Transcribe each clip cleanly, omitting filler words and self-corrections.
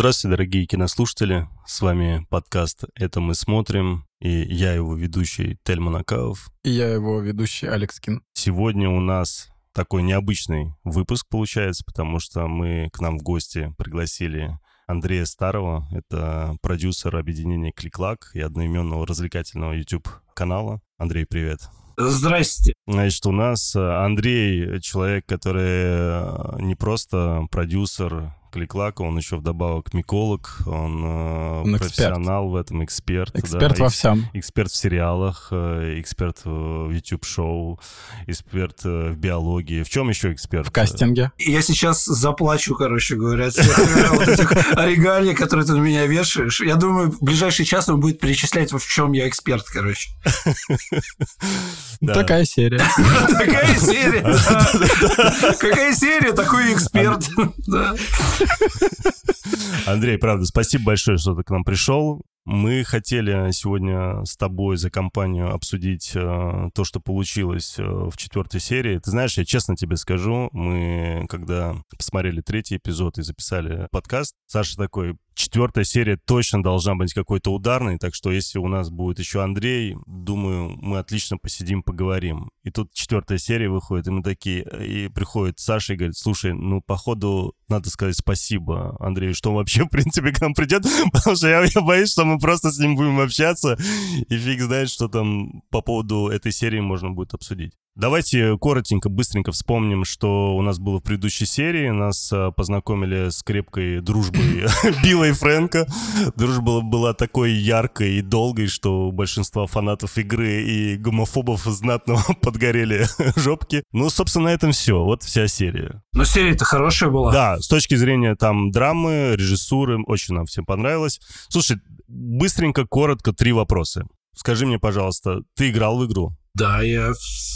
Здравствуйте, дорогие кинослушатели. С вами подкаст «Это мы смотрим». И я его ведущий Тельман Акаев. И я его ведущий Алекс Кин. Сегодня у нас такой необычный выпуск получается, потому что мы к нам в гости пригласили Андрея Старова. Это продюсер объединения Клик-Клак и одноименного развлекательного YouTube-канала. Андрей, привет. Здрасте. Значит, у нас Андрей, человек, который не просто продюсер Клик-Клака, он еще вдобавок миколог, он профессионал в этом, эксперт. Эксперт во всем. Эксперт в сериалах, эксперт в YouTube-шоу, эксперт в биологии. В чем еще эксперт? В кастинге. Я сейчас заплачу, короче говоря, от всех вот этих регалий, которые ты на меня вешаешь. Я думаю, в ближайший час он будет перечислять, в чем я эксперт, короче. Такая серия. Такая серия, да. Какая серия, такой эксперт. Андрей, правда, спасибо большое, что ты к нам пришел. Мы хотели сегодня с тобой за компанию обсудить то, что получилось в 4-й серии. Ты знаешь, я честно тебе скажу, мы когда посмотрели 3-й эпизод и записали подкаст, Саша такой: 4-я серия точно должна быть какой-то ударной, так что если у нас будет еще Андрей, думаю, мы отлично посидим, поговорим. И тут 4-я серия выходит, и мы такие, и приходит Саша и говорит: слушай, ну, походу, надо сказать спасибо Андрею, что он вообще, в принципе, к нам придет, потому что я боюсь, что мы просто с ним будем общаться, и фиг знает, что там по поводу этой серии можно будет обсудить. Давайте коротенько, быстренько вспомним, что у нас было в предыдущей серии. Нас познакомили с крепкой дружбой Билла и Фрэнка. Дружба была такой яркой и долгой, что у большинства фанатов игры и гомофобов знатно подгорели жопки. Ну, собственно, на этом все. Вот вся серия. Но серия-то хорошая была. Да, с точки зрения там драмы, режиссуры, очень нам всем понравилось. Слушай, быстренько, коротко, 3 вопроса. Скажи мне, пожалуйста, ты играл в игру? Да, я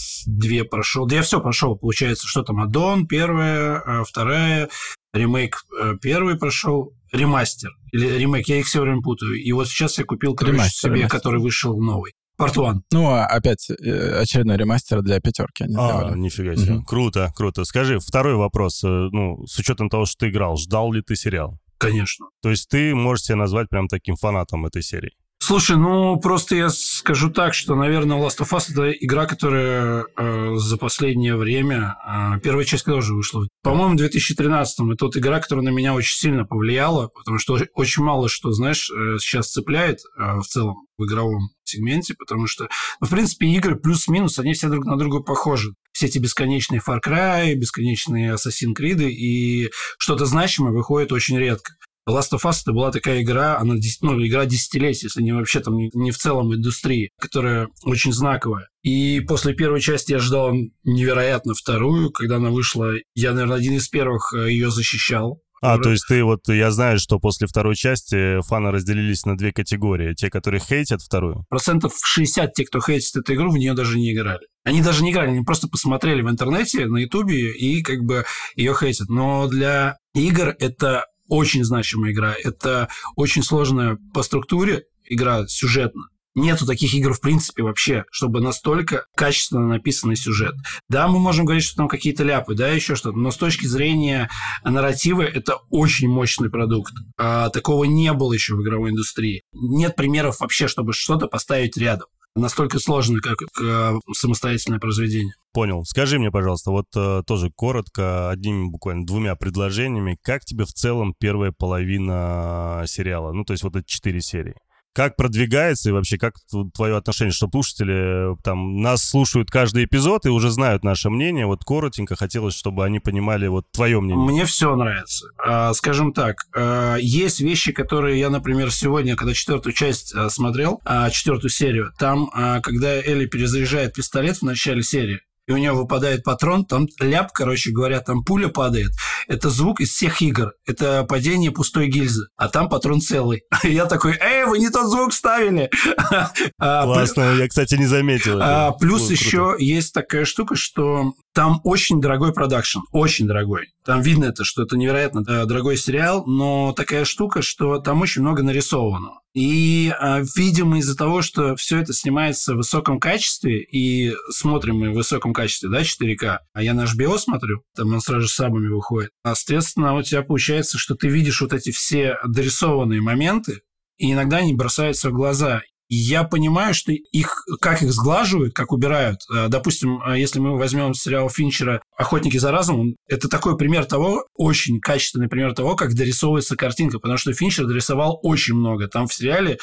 2 прошел. Да я все прошел, получается. Что там? Аддон, 1-я, 2-я, ремейк 1-й прошел, ремастер. Или ремейк, я их все время путаю. И вот сейчас я купил, короче, ремастер. Который вышел новый. Part 1. Ну, опять очередной ремастер для 5-ки они сделали. Нифига себе. Угу. Круто, круто. Скажи, второй вопрос. Ну, с учетом того, что ты играл, ждал ли ты сериал? Конечно. То есть ты можешь себя назвать прям таким фанатом этой серии? Слушай, ну, просто я скажу так, что, наверное, Last of Us – это игра, которая за последнее время... первая часть когда уже вышла? По-моему, в 2013-м. Это вот игра, которая на меня очень сильно повлияла, потому что очень мало что, знаешь, сейчас цепляет в целом в игровом сегменте, потому что, ну, в принципе, игры плюс-минус, они все друг на друга похожи. Все эти бесконечные Far Cry, бесконечные Assassin's Creed, и что-то значимое выходит очень редко. Last of Us это была такая игра, она игра десятилетий, если не вообще там не в целом индустрии, которая очень знаковая. И после первой части я ждал невероятно вторую, когда она вышла, я, наверное, один из первых ее защищал. То есть ты вот, я знаю, что после второй части фаны разделились на 2 категории. Те, которые хейтят вторую. 60% те, кто хейтит эту игру, в нее даже не играли. Они даже не играли, они просто посмотрели в интернете, на Ютубе и как бы ее хейтят. Но для игр это очень значимая игра. Это очень сложная по структуре игра сюжетно. Нету таких игр в принципе вообще, чтобы настолько качественно написанный сюжет. Да, мы можем говорить, что там какие-то ляпы, да, еще что-то, но с точки зрения нарратива это очень мощный продукт. Такого не было еще в игровой индустрии. Нет примеров вообще, чтобы что-то поставить рядом. Настолько сложно, как самостоятельное произведение. Понял. Скажи мне, пожалуйста, вот тоже коротко, одними буквально 2 предложениями, как тебе в целом первая половина сериала? Ну, то есть вот эти 4 серии. Как продвигается и вообще как твое отношение, что слушатели там нас слушают каждый эпизод и уже знают наше мнение? Вот коротенько хотелось, чтобы они понимали вот твое мнение. Мне все нравится. Скажем так, есть вещи, которые я, например, сегодня, когда 4-ю часть смотрел, 4-ю серию, там, когда Элли перезаряжает пистолет в начале серии, и у нее выпадает патрон, там ляп, короче говоря, там пуля падает. Это звук из всех игр. Это падение пустой гильзы. А там патрон целый. Я такой: вы не тот звук вставили. Классно, я, кстати, не заметил. Плюс еще есть такая штука, что Там очень дорогой продакшн, очень дорогой. Там видно это, что это невероятно дорогой сериал, но такая штука, что там очень много нарисованного. И, видимо, из-за того, что все это снимается в высоком качестве, и смотрим мы в высоком качестве, да, 4К, а я на HBO смотрю, там он сразу же самыми выходит. Соответственно, у тебя получается, что ты видишь вот эти все дорисованные моменты, и иногда они бросаются в глаза. И я понимаю, что как их сглаживают, как убирают. Допустим, если мы возьмем сериал Финчера «Охотники за разумом», это такой пример того, очень качественный пример того, как дорисовывается картинка, потому что Финчер дорисовал очень много. Там в сериале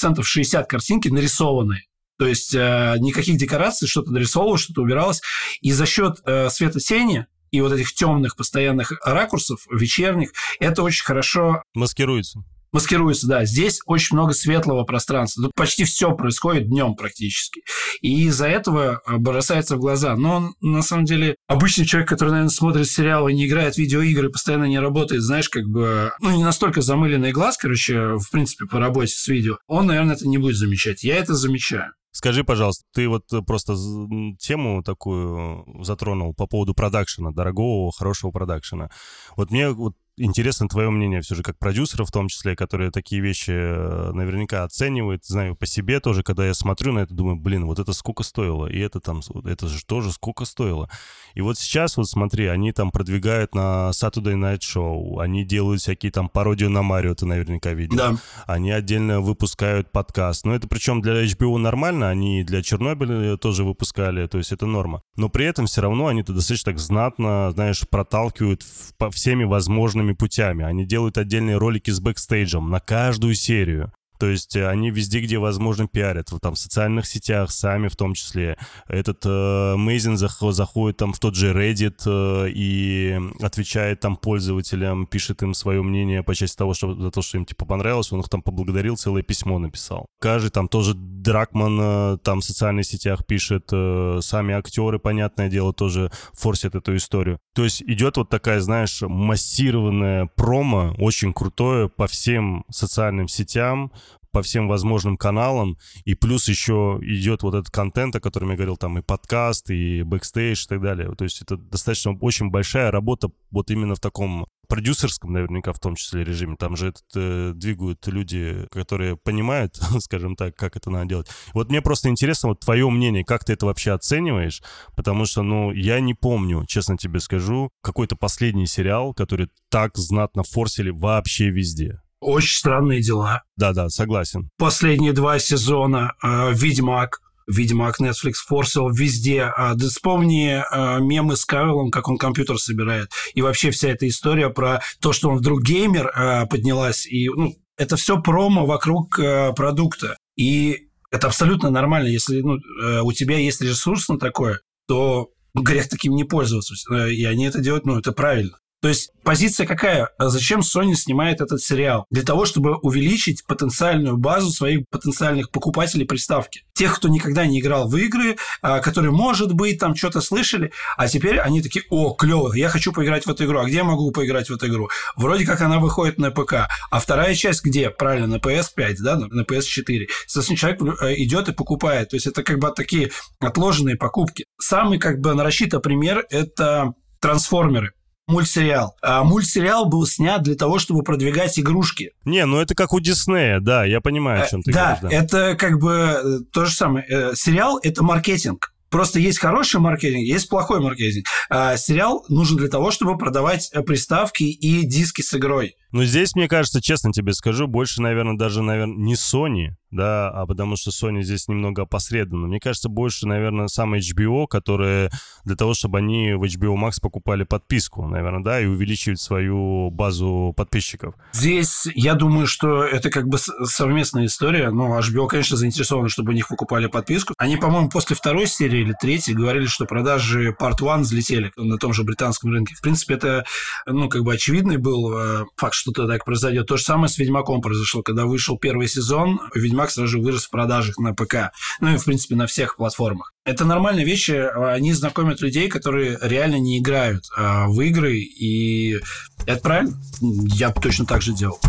60% картинки нарисованные. То есть никаких декораций, что-то дорисовывалось, что-то убиралось. И за счет света-тени и вот этих темных постоянных ракурсов, вечерних, это очень хорошо маскируется, да. Здесь очень много светлого пространства. Тут почти все происходит днем практически. И из-за этого бросается в глаза. Но на самом деле обычный человек, который, наверное, смотрит сериалы, не играет в видеоигры, постоянно не работает, знаешь, как бы, не настолько замыленный глаз, в принципе, по работе с видео, он, наверное, это не будет замечать. Я это замечаю. Скажи, пожалуйста, ты вот просто тему такую затронул по поводу продакшена, дорогого, хорошего продакшена. Вот мне интересно твое мнение все же, как продюсера в том числе, которые такие вещи наверняка оценивают. Знаю по себе тоже, когда я смотрю на это, думаю, вот это сколько стоило, и это же тоже сколько стоило. И вот сейчас, вот смотри, они там продвигают на Saturday Night Show, они делают всякие там пародию на Марио, ты наверняка видел. Да. Они отдельно выпускают подкаст. Но это причем для HBO нормально, они для Чернобыля тоже выпускали, то есть это норма. Но при этом все равно они-то достаточно так знатно, знаешь, проталкивают всеми возможными путями. Они делают отдельные ролики с бэкстейджем на каждую серию. То есть они везде, где возможно, пиарят. Там в социальных сетях сами в том числе. Этот Мейзин заходит там в тот же Reddit и отвечает там пользователям, пишет им свое мнение по части того, что за то, что им типа понравилось. Он их там поблагодарил, целое письмо написал. Каждый там тоже Дракман там в социальных сетях пишет. Сами актеры, понятное дело, тоже форсят эту историю. То есть идет вот такая, знаешь, массированная промо, очень крутое по всем социальным сетям, по всем возможным каналам, и плюс еще идет вот этот контент, о котором я говорил, там и подкаст, и бэкстейдж, и так далее. То есть это достаточно очень большая работа вот именно в таком продюсерском, наверняка, в том числе режиме. Там же двигают люди, которые понимают, скажем так, как это надо делать. Вот мне просто интересно, вот твое мнение, как ты это вообще оцениваешь, потому что, я не помню, честно тебе скажу, какой-то последний сериал, который так знатно форсили вообще везде. Очень странные дела. Да, согласен. Последние 2 сезона «Ведьмак». Ведьмак Netflix форсил везде. Да вспомни мемы с Кавиллом, как он компьютер собирает. И вообще вся эта история про то, что он вдруг геймер поднялась. И это все промо вокруг продукта. И это абсолютно нормально. Если у тебя есть ресурс на такое, то грех таким не пользоваться. И они это делают, это правильно. То есть позиция какая? Зачем Sony снимает этот сериал? Для того, чтобы увеличить потенциальную базу своих потенциальных покупателей приставки. Тех, кто никогда не играл в игры, которые, может быть, там что-то слышали, а теперь они такие: о, клево, я хочу поиграть в эту игру. А где я могу поиграть в эту игру? Вроде как она выходит на ПК. А вторая часть где? Правильно, на PS5, да, на PS4. Соответственно, человек идет и покупает. То есть это как бы такие отложенные покупки. Самый как бы нарочито пример – это «Трансформеры». Мультсериал. Мультсериал был снят для того, чтобы продвигать игрушки. Это как у Диснея, да, я понимаю, о чем ты говоришь. Да, это как бы то же самое. Сериал – это маркетинг. Просто есть хороший маркетинг, есть плохой маркетинг. Сериал нужен для того, чтобы продавать приставки и диски с игрой. Здесь, мне кажется, честно тебе скажу, больше, наверное, не Sony, да, а потому что Sony здесь немного опосредованно. Мне кажется, больше, наверное, сам HBO, которые для того, чтобы они в HBO Max покупали подписку, наверное, да, и увеличивать свою базу подписчиков. Здесь, я думаю, что это как бы совместная история. HBO, конечно, заинтересованы, чтобы у них покупали подписку. Они, по-моему, после 2 серии или 3 говорили, что продажи Part 1 взлетели на том же британском рынке. В принципе, это, очевидный был факт, что так произойдет. То же самое с «Ведьмаком» произошло. Когда вышел 1 сезон, «Ведьмак» сразу же вырос в продажах на ПК. И, в принципе, на всех платформах. Это нормальные вещи. Они знакомят людей, которые реально не играют в игры. И это правильно. Я бы точно так же делал.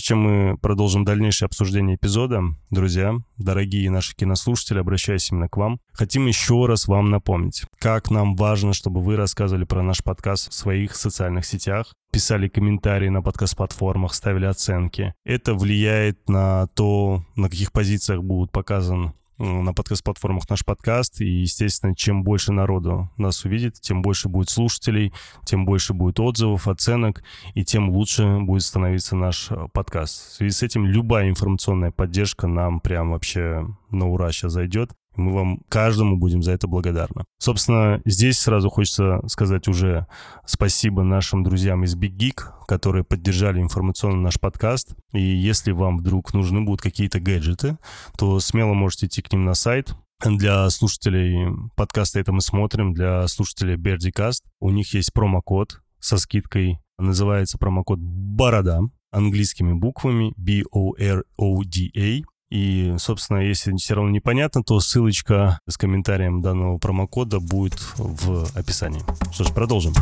Прежде чем мы продолжим дальнейшее обсуждение эпизода, друзья, дорогие наши кинослушатели, обращаясь именно к вам, хотим еще раз вам напомнить, как нам важно, чтобы вы рассказывали про наш подкаст в своих социальных сетях, писали комментарии на подкаст-платформах, ставили оценки. Это влияет на то, на каких позициях будет показан на подкаст-платформах наш подкаст. И, естественно, чем больше народу нас увидит, тем больше будет слушателей, тем больше будет отзывов, оценок, и тем лучше будет становиться наш подкаст. В связи с этим любая информационная поддержка нам прям вообще на ура сейчас зайдет. Мы вам каждому будем за это благодарны. Собственно, здесь сразу хочется сказать уже спасибо нашим друзьям из Big Geek, которые поддержали информационно наш подкаст. И если вам вдруг нужны будут какие-то гаджеты, то смело можете идти к ним на сайт. Для слушателей подкаста «Это мы смотрим», для слушателей BirdieCast у них есть промокод со скидкой. Называется промокод «Борода» английскими буквами BORODA. И, собственно, если все равно непонятно, то ссылочка с комментарием данного промокода будет в описании. Что ж, продолжим.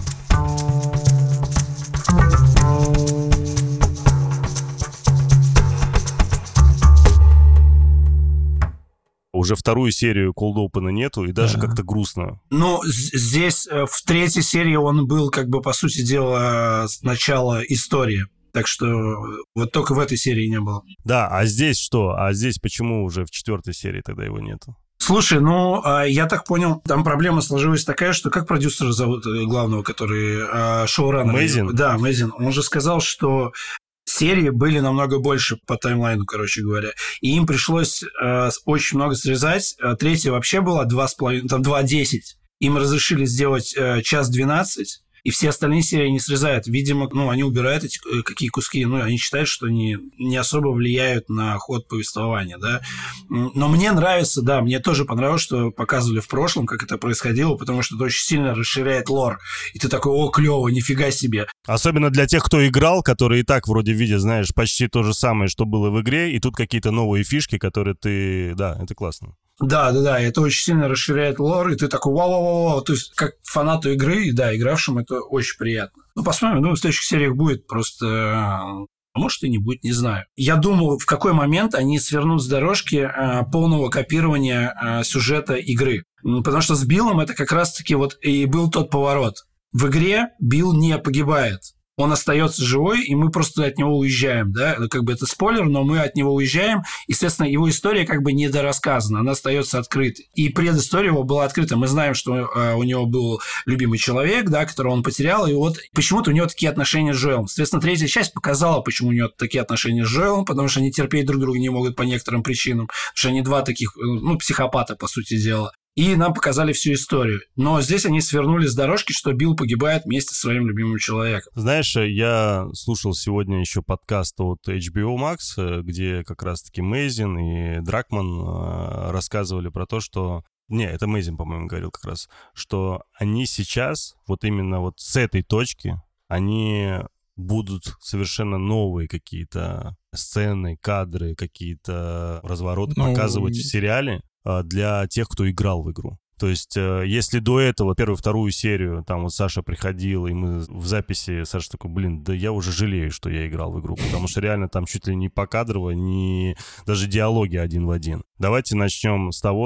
Уже вторую серию Cold Open нету, и даже как-то грустно. Ну, здесь в третьей серии он был, как бы, по сути дела, начало истории. Так что вот только в этой серии не было. Да, а здесь что? А здесь почему уже в четвертой серии тогда его нету? Слушай, ну, я так понял, там проблема сложилась такая, что как продюсера зовут главного, который шоураннер? Мэйзин? Да, Мэйзин. Он же сказал, что серии были намного больше по таймлайну, короче говоря. И им пришлось очень много срезать. Третья вообще была 2,5, там 2:10. Им разрешили сделать 1:12. И все остальные серии не срезают. Видимо, ну, они убирают эти какие куски. Ну, они считают, что они не особо влияют на ход повествования, да. Но мне нравится, да, мне тоже понравилось, что показывали в прошлом, как это происходило, потому что это очень сильно расширяет лор. И ты такой: о, клево, нифига себе. Особенно для тех, кто играл, которые и так вроде видят, знаешь, почти то же самое, что было в игре, и тут какие-то новые фишки, которые ты... Да, это классно. Да, это очень сильно расширяет лор, и ты такой: вау-вау-вау. То есть, как фанату игры, да, игравшим, это очень приятно. Ну, посмотрим, думаю, в следующих сериях будет просто... А может, и не будет, не знаю. Я думал, в какой момент они свернут с дорожки полного копирования сюжета игры. Потому что с Биллом это как раз-таки вот и был тот поворот. В игре Билл не погибает. Он остается живой, и мы просто от него уезжаем, да, как бы это спойлер, но мы от него уезжаем, естественно, его история как бы недорассказана, она остается открытой, и предыстория его была открыта, мы знаем, что у него был любимый человек, да, которого он потерял, и вот почему-то у него такие отношения с Джоэлом, соответственно, третья часть показала, почему у него такие отношения с Джоэлом, потому что они терпеть друг друга не могут по некоторым причинам, потому что они два таких, ну, психопата, по сути дела. И нам показали всю историю. Но здесь они свернули с дорожки, что Билл погибает вместе со своим любимым человеком. Знаешь, я слушал сегодня еще подкаст от HBO Max, где как раз-таки Мэйзин и Дракман рассказывали про то, что... Не, это Мэйзин, по-моему, говорил как раз, что они сейчас, вот именно вот с этой точки, они будут совершенно новые какие-то сцены, кадры, какие-то развороты показывать в сериале для тех, кто играл в игру. То есть, если до этого, первую-вторую серию, там вот Саша приходил, и мы в записи, Саша такой: блин, да я уже жалею, что я играл в игру, потому что реально там чуть ли не покадрово, не даже диалоги один в один. Давайте начнем с того,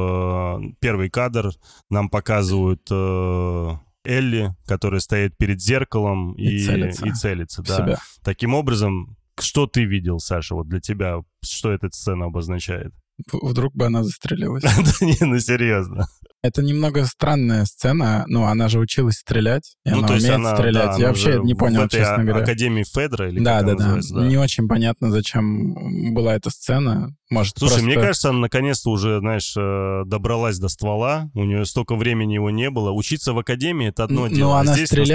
что первый кадр нам показывают... Элли, которая стоит перед зеркалом и целится, да. Себя. Таким образом, что ты видел, Саша, вот для тебя, что эта сцена обозначает? Вдруг бы она застрелилась. Да не, ну серьезно. Это немного странная сцена, ну, она же училась стрелять, и она умеет стрелять. Я вообще не понял, честно говоря. Академии Федра или да, как да, она называется? Да. Не очень понятно, зачем была эта сцена. Может, слушай, просто... мне кажется, она наконец-то уже, знаешь, добралась до ствола, у нее столько времени его не было. Учиться в академии — это одно дело. Ну, она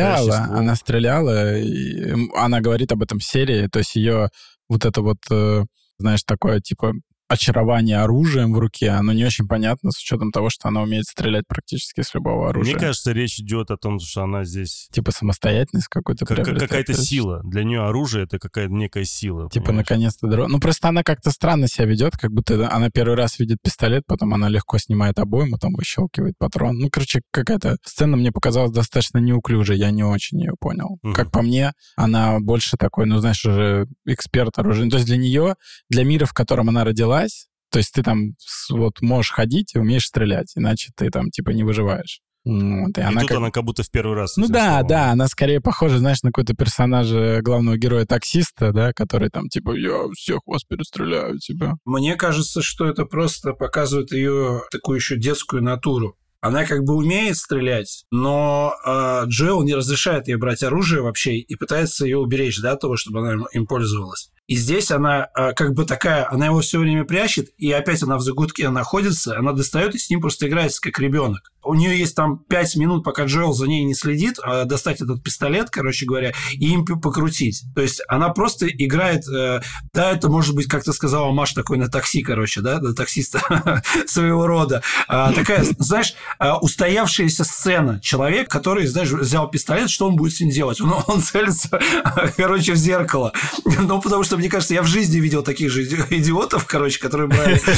стреляла, и она говорит об этом в серии, то есть ее вот это вот, знаешь, такое, типа... очарование оружием в руке, оно не очень понятно с учетом того, что она умеет стрелять практически с любого оружия. Мне кажется, речь идет о том, что она здесь... Типа самостоятельность какой-то приобретает. Какая-то сила. Для нее оружие — это какая-то некая сила. Типа, наконец-то... Ну, просто она как-то странно себя ведет, как будто она первый раз видит пистолет, потом она легко снимает обойму, там выщелкивает патрон. Ну, короче, какая-то сцена мне показалась достаточно неуклюжей, я не очень ее понял. Как по мне, она больше такой, ну, знаешь, уже эксперт оружия. То есть для нее, для мира, в котором она родилась, то есть ты там вот можешь ходить и умеешь стрелять, иначе ты там типа не выживаешь. Вот, и она как будто в первый раз. Ну да, она скорее похожа, знаешь, на какой-то персонажа главного героя-таксиста, да, который там типа «я всех вас перестреляю тебя». Мне кажется, что это просто показывает ее такую еще детскую натуру. Она как бы умеет стрелять, но Джоэл не разрешает ей брать оружие вообще и пытается ее уберечь, да, от того, чтобы она им пользовалась. И здесь она как бы такая, она его все время прячет, и опять она в загутке находится, она достает и с ним просто играется, как ребенок. У нее есть там 5 минут, пока Джоэл за ней не следит, достать этот пистолет, короче говоря, и им покрутить. То есть она просто играет, да, это может быть, как ты сказала, Маш, такой на такси, короче, да, на таксиста своего рода. Такая, знаешь, устоявшаяся сцена. Человек, который, знаешь, взял пистолет, что он будет с ним делать? Он целится, короче, в зеркало. Ну, потому что, мне кажется, я в жизни видел таких же идиотов, короче, которые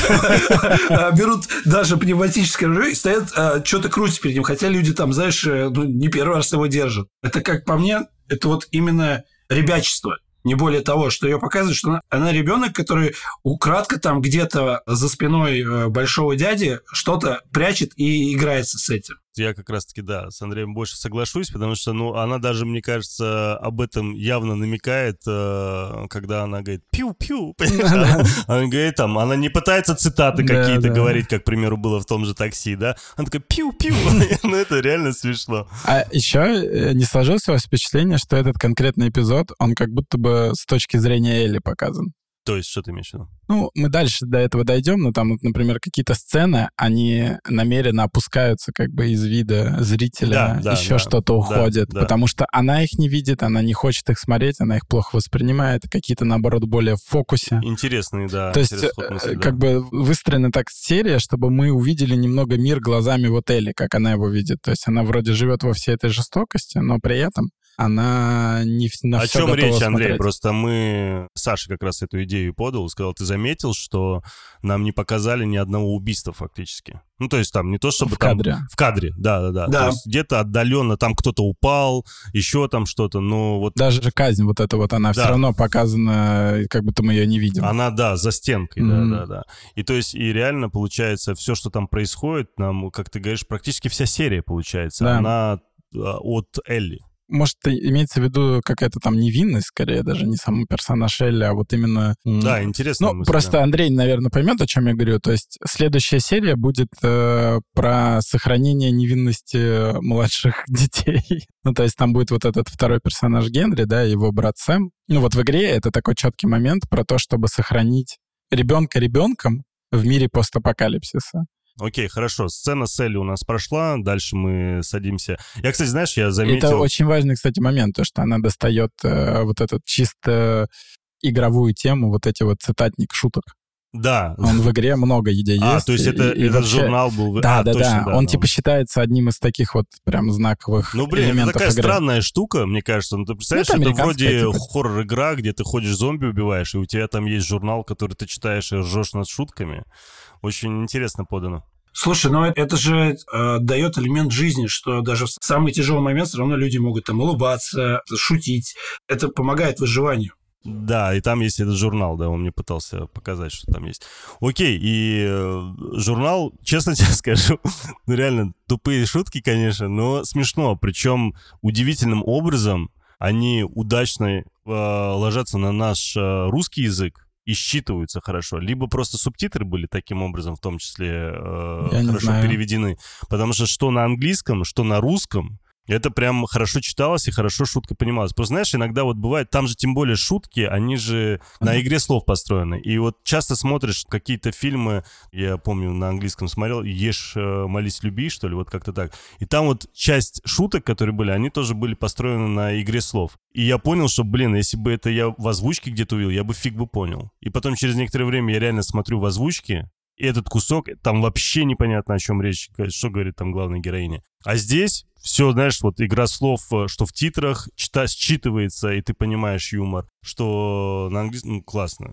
берут даже пневматическое ружье и стоят, что-то крутят перед ним, хотя люди там, знаешь, не первый раз его держат. Это, как по мне, это вот именно ребячество. Не более того, что ее показывает, что она ребенок, который украдко там где-то за спиной большого дяди что-то прячет и играется с этим. Я как раз-таки, да, с Андреем больше соглашусь, потому что, ну, она даже, мне кажется, об этом явно намекает, когда она говорит «пиу-пиу», она говорит там, она не пытается цитаты какие-то говорить, как, к примеру, было в том же «Такси», да, она такая «пиу-пиу», ну, это реально смешно. А еще не сложилось у вас впечатление, что этот конкретный эпизод, он как будто бы с точки зрения Элли показан? То есть, что ты имеешь в виду? Ну, мы дальше до этого дойдем, но там, например, какие-то сцены, они намеренно опускаются как бы из вида зрителя, еще что-то уходит, потому что она их не видит, она не хочет их смотреть, она их плохо воспринимает, какие-то, наоборот, более в фокусе. Интересные, да. То есть, как бы выстроена так серия, чтобы мы увидели немного мир глазами вот Элли, как она его видит. То есть она вроде живет во всей этой жестокости, но при этом она не на все готова смотреть. О чем речь, Андрей? Просто Саша как раз эту идею подал, сказал, ты заметил, что нам не показали ни одного убийства фактически. Ну, то есть там не то, чтобы в кадре. В кадре, да. То есть где-то отдаленно там кто-то упал, еще там что-то, но вот... Даже казнь вот эта вот, она все равно показана, как будто мы ее не видим. Она, за стенкой, да. И то есть, и реально получается, все, что там происходит, нам, как ты говоришь, практически вся серия получается, она от Элли. Может, имеется в виду какая-то там невинность, скорее, даже не сам персонаж Элли, а вот именно... Да, интересно. Ну, просто Андрей, наверное, поймет, о чем я говорю. То есть следующая серия будет про сохранение невинности младших детей. Ну, то есть там будет вот этот второй персонаж Генри, да, его брат Сэм. Ну, вот в игре это такой четкий момент про то, чтобы сохранить ребенка ребенком в мире постапокалипсиса. Окей, хорошо. Сцена с Элли у нас прошла, дальше мы садимся. Я, кстати, знаешь, я заметил... Это очень важный, кстати, момент, то, что она достает вот этот чисто игровую тему, вот эти вот цитатник шуток. Да. Он в игре много где есть. То есть этот вообще... журнал был... Да. Он типа считается одним из таких вот прям знаковых элементов это такая игры. Странная штука, мне кажется. Ну, ты представляешь, это вроде хоррор-игра, где ты ходишь зомби убиваешь, и у тебя там есть журнал, который ты читаешь и ржешь над шутками. Очень интересно подано. Слушай, ну это же дает элемент жизни, что даже в самый тяжелый момент все равно люди могут там улыбаться, шутить. Это помогает выживанию. Да, и там есть этот журнал, да, он мне пытался показать, что там есть. Окей, и журнал, честно тебе скажу, ну реально тупые шутки, конечно, но смешно. Причем удивительным образом они удачно ложатся на наш русский язык и считываются хорошо. Либо просто субтитры были таким образом, в том числе, хорошо переведены. Потому что на английском, что на русском, Это прям хорошо читалось и хорошо шутка понималась. Просто, знаешь, иногда вот бывает, там же тем более шутки, они же на игре слов построены. И вот часто смотришь какие-то фильмы, я помню, на английском смотрел, «Ешь, молись, люби», что ли, вот как-то так. И там вот часть шуток, которые были, они тоже были построены на игре слов. И я понял, что, блин, если бы это я в озвучке где-то увидел, я бы фиг бы понял. И потом через некоторое время я реально смотрю в озвучке, и этот кусок, там вообще непонятно, о чем речь, что говорит там главная героиня. А здесь все, знаешь, вот игра слов, что в титрах считывается, и ты понимаешь юмор, что на английском, классно.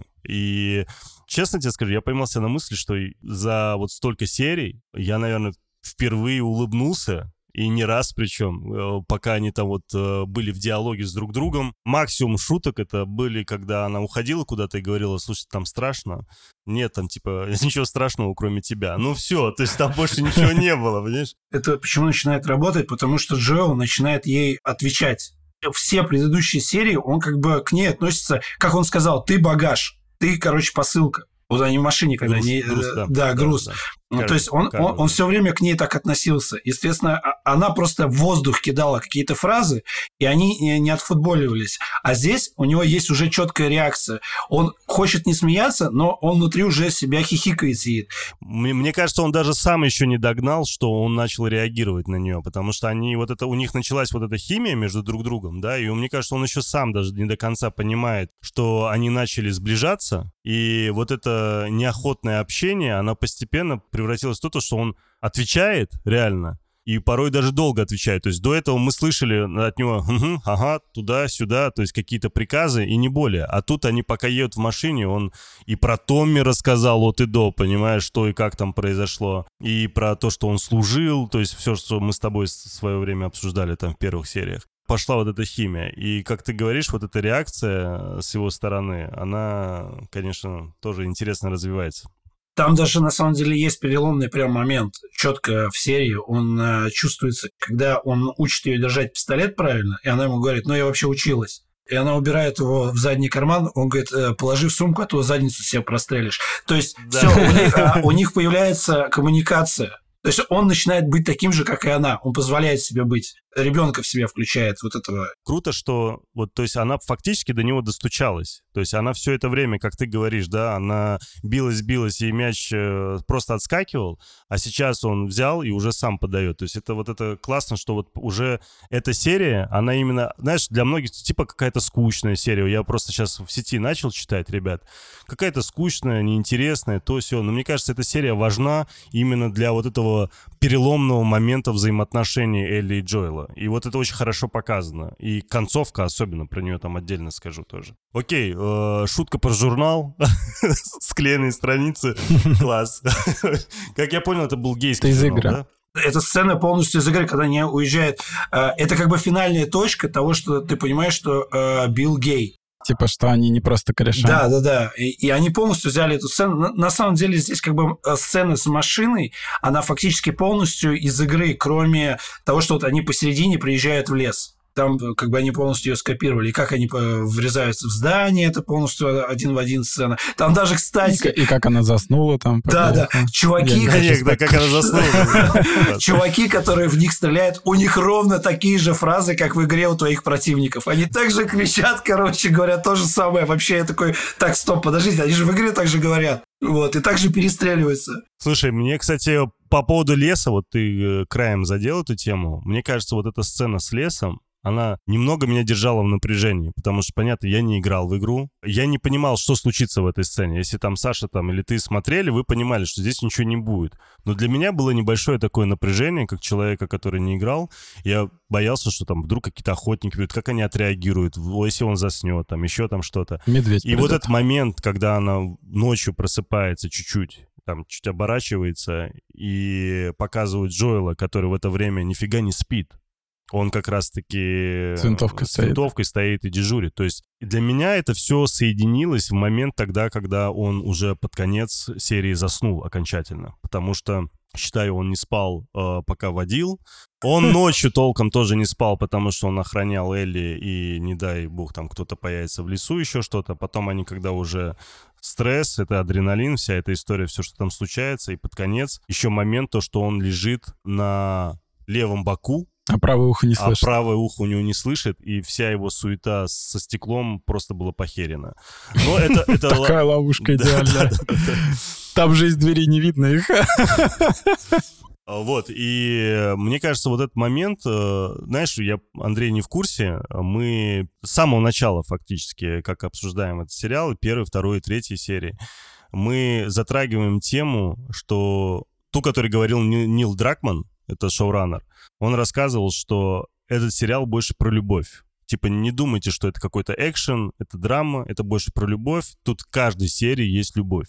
И честно тебе скажу, я поймал себя на мысли, что за вот столько серий я, наверное, впервые улыбнулся, и не раз причем, пока они там вот были в диалоге с друг другом. Максимум шуток это были, когда она уходила куда-то и говорила: слушай, там страшно. Нет, там типа ничего страшного, кроме тебя. Ну все, то есть там больше ничего не было, понимаешь? Это почему начинает работать? Потому что Джоэл начинает ей отвечать. Все предыдущие серии, он как бы к ней относится, как он сказал, ты багаж, ты, короче, посылка. Вот они в машине, когда груз, они... груз, да, груз. Да. Ну, то есть он все время к ней так относился. Естественно, она просто в воздух кидала какие-то фразы, и они не отфутболивались. А здесь у него есть уже четкая реакция. Он хочет не смеяться, но он внутри уже себя хихикает, сидит. Мне кажется, он даже сам еще не догнал, что он начал реагировать на нее, потому что они вот это, у них началась вот эта химия между друг другом, да, и мне кажется, он еще сам даже не до конца понимает, что они начали сближаться, и вот это неохотное общение, оно постепенно превратилось в то, что он отвечает реально, и порой даже долго отвечает. То есть до этого мы слышали от него ага, туда-сюда, то есть какие-то приказы и не более. А тут они пока едут в машине, он и про Томми рассказал от и до, понимаешь, что и как там произошло, и про то, что он служил, то есть все, что мы с тобой в свое время обсуждали там в первых сериях. Пошла вот эта химия. И, как ты говоришь, вот эта реакция с его стороны, она, конечно, тоже интересно развивается. Там даже, на самом деле, есть переломный прям момент. Четко в серии он чувствуется, когда он учит ее держать пистолет правильно, и она ему говорит: ну, я вообще училась. И она убирает его в задний карман, он говорит: положи в сумку, а то задницу себе прострелишь. То есть, все, у них появляется коммуникация. То есть он начинает быть таким же, как и она. Он позволяет себе быть. Ребенка в себя включает вот этого. Круто, что вот, то есть она фактически до него достучалась. То есть она все это время, как ты говоришь, да, она билась, и мяч просто отскакивал, а сейчас он взял и уже сам подает. То есть это вот это классно, что вот уже эта серия, она именно, знаешь, для многих типа какая-то скучная серия. Я просто сейчас в сети начал читать, ребят. Какая-то скучная, неинтересная, то все. Но мне кажется, эта серия важна именно для вот этого переломного момента взаимоотношений Элли и Джоэла. И вот это очень хорошо показано. И концовка особенно, про нее там отдельно скажу тоже. Окей, шутка про журнал. Склеенные страницы. Класс. Как я понял, это был гейский журнал, да? Эта сцена полностью из игры, когда они уезжают. Это как бы финальная точка того, что ты понимаешь, что Билл гей. Типа, что они не просто кореша. Да. И они полностью взяли эту сцену. На самом деле здесь как бы сцена с машиной, она фактически полностью из игры, кроме того, что вот они посередине приезжают в лес. Там как бы они полностью ее скопировали. И как они врезаются в здание, это полностью один в один сцена. Там даже, кстати... И как она заснула там. Да. Чуваки... Как она заснула. Чуваки, которые в них стреляют, у них ровно такие же фразы, как в игре у твоих противников. Они также кричат, короче говоря, то же самое. Вообще я такой: так, стоп, подождите, они же в игре так же говорят. Вот, и также перестреливаются. Слушай, мне, кстати, по поводу леса, вот ты краем задел эту тему, мне кажется, вот эта сцена с лесом, она немного меня держала в напряжении, потому что, понятно, я не играл в игру, я не понимал, что случится в этой сцене. Если там Саша там или ты смотрели, вы понимали, что здесь ничего не будет. Но для меня было небольшое такое напряжение, как человека, который не играл. Я боялся, что там вдруг какие-то охотники придут, как они отреагируют, если он заснет, там еще там что-то. Медведь И придет. вот этот момент, когда она ночью просыпается чуть-чуть, там чуть оборачивается и показывает Джоэла, который в это время нифига не спит. Он как раз-таки с винтовкой стоит и дежурит. То есть для меня это все соединилось в момент тогда, когда он уже под конец серии заснул окончательно. Потому что, считаю, он не спал, пока водил. Он ночью толком тоже не спал, потому что он охранял Элли, и не дай бог там кто-то появится в лесу, еще что-то. Потом они, когда уже стресс, это адреналин, вся эта история, все, что там случается. И под конец еще момент, то, что он лежит на левом боку, А правое ухо не слышит. А правое ухо у него не слышит, и вся его суета со стеклом просто была похерена. Но это... Такая ловушка идеальная. Там же из двери не видно их. Вот, и мне кажется, вот этот момент, знаешь, Андрей, не в курсе, мы с самого начала фактически, как обсуждаем этот сериал, 1, 2 и 3 серии, мы затрагиваем тему, что ту, которую говорил Нил Дракман, это шоураннер, он рассказывал, что этот сериал больше про любовь. Типа, не думайте, что это какой-то экшен, это драма, это больше про любовь. Тут в каждой серии есть любовь.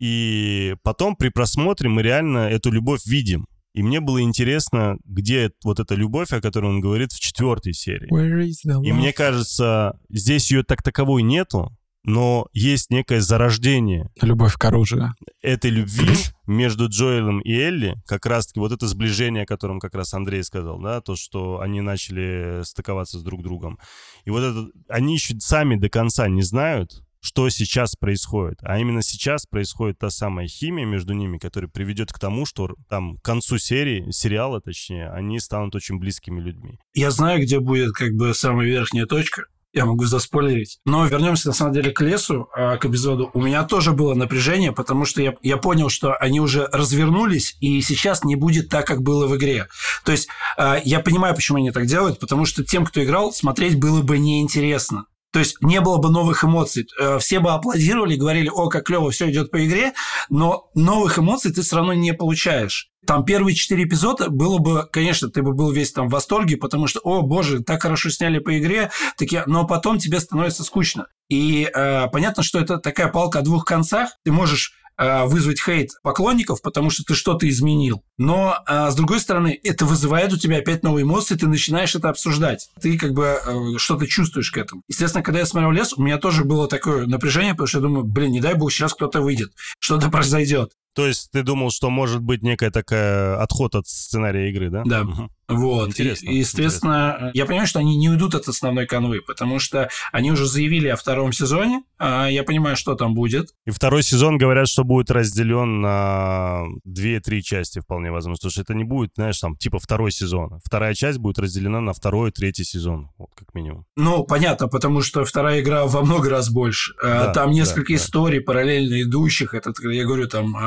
И потом при просмотре мы реально эту любовь видим. И мне было интересно, где вот эта любовь, о которой он говорит в 4 серии. И мне кажется, здесь ее так таковой нету, но есть некое зарождение. Любовь к оружию. Этой любви между Джоэлом и Элли, как раз-таки вот это сближение, о котором как раз Андрей сказал, да, то, что они начали стыковаться с друг другом. И вот это, они еще сами до конца не знают, что сейчас происходит. А именно сейчас происходит та самая химия между ними, которая приведет к тому, что там к концу сериала, точнее, они станут очень близкими людьми. Я знаю, где будет как бы самая верхняя точка. Я могу заспойлерить. Но вернемся, на самом деле, к лесу, к эпизоду. У меня тоже было напряжение, потому что я понял, что они уже развернулись, и сейчас не будет так, как было в игре. То есть я понимаю, почему они так делают, потому что тем, кто играл, смотреть было бы неинтересно. То есть не было бы новых эмоций. Все бы аплодировали, говорили, о, как клево, все идет по игре, но новых эмоций ты все равно не получаешь. Там первые 4 эпизода было бы, конечно, ты бы был весь там в восторге, потому что, о, боже, так хорошо сняли по игре, но потом тебе становится скучно. И понятно, что это такая палка о двух концах. Ты можешь вызвать хейт поклонников, потому что ты что-то изменил. Но, с другой стороны, это вызывает у тебя опять новые эмоции, ты начинаешь это обсуждать. Ты как бы что-то чувствуешь к этому. Естественно, когда я смотрел «Лес», у меня тоже было такое напряжение, потому что я думаю, не дай бог, сейчас кто-то выйдет, что-то произойдет. То есть ты думал, что может быть некая такая отход от сценария игры, да? Да. Угу. Вот. Интересно. И, естественно, я понимаю, что они не уйдут от основной канвы, потому что они уже заявили о 2 сезоне, я понимаю, что там будет. И 2 сезон, говорят, что будет разделен на 2-3 части, вполне возможно. Потому что это не будет, знаешь, там, типа 2 сезон. 2 часть будет разделена на 2 и 3 сезон, вот как минимум. Ну, понятно, потому что 2 игра во много раз больше. Да, там несколько историй параллельно идущих. Это, я говорю, там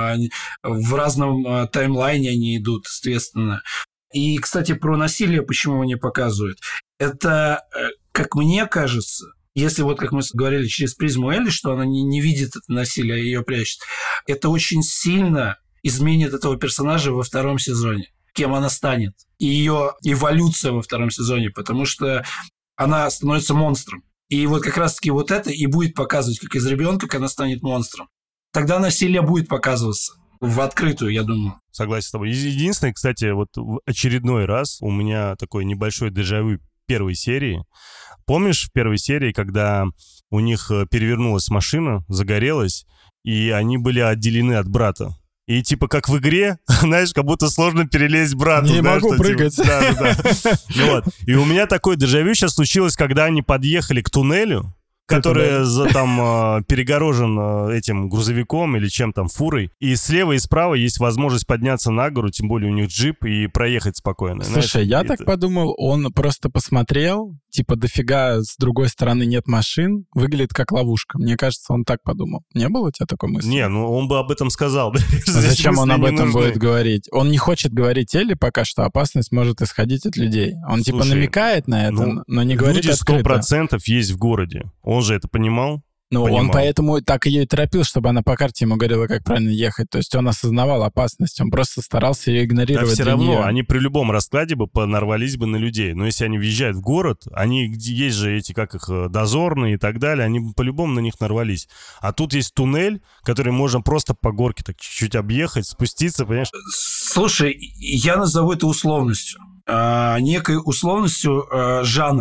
в разном таймлайне они идут, естественно. И, кстати, про насилие почему не показывают. Это, как мне кажется, если вот, как мы говорили, через призму Элли, что она не видит это насилие, а ее прячет, это очень сильно изменит этого персонажа во 2 сезоне. Кем она станет. И ее эволюция во 2 сезоне, потому что она становится монстром. И вот как раз-таки вот это и будет показывать, как из ребенка, как она станет монстром. Тогда насилие будет показываться. В открытую, я думаю. Согласен с тобой. Единственное, кстати, вот в очередной раз у меня такой небольшой дежавю 1 серии. Помнишь в 1 серии, когда у них перевернулась машина, загорелась, и они были отделены от брата? И типа как в игре, знаешь, как будто сложно перелезть брату. Не могу прыгать. Да. Вот. И у меня такое дежавю сейчас случилось, когда они подъехали к туннелю, который там перегорожен этим грузовиком или чем там, фурой. И слева и справа есть возможность подняться на гору, тем более у них джип, и проехать спокойно. Слушай, я так подумал, он просто посмотрел, типа, дофига с другой стороны нет машин, выглядит как ловушка. Мне кажется, он так подумал. Не было у тебя такой мысли? Не, ну он бы об этом сказал. Зачем он об этом будет говорить? Он не хочет говорить Элли пока что, опасность может исходить от людей. Он типа намекает на это, но не говорит открыто. Люди 100% есть в городе. Он же это понимал. Ну, он поэтому так ее и торопил, чтобы она по карте ему говорила, как правильно ехать. То есть он осознавал опасность, он просто старался ее игнорировать. Да все равно, они при любом раскладе бы нарвались бы на людей. Но если они въезжают в город, есть же эти, как их, дозорные и так далее, они бы по-любому на них нарвались. А тут есть туннель, который можно просто по горке так чуть-чуть объехать, спуститься, понимаешь? Слушай, я назову это условностью. Некой условностью жанра.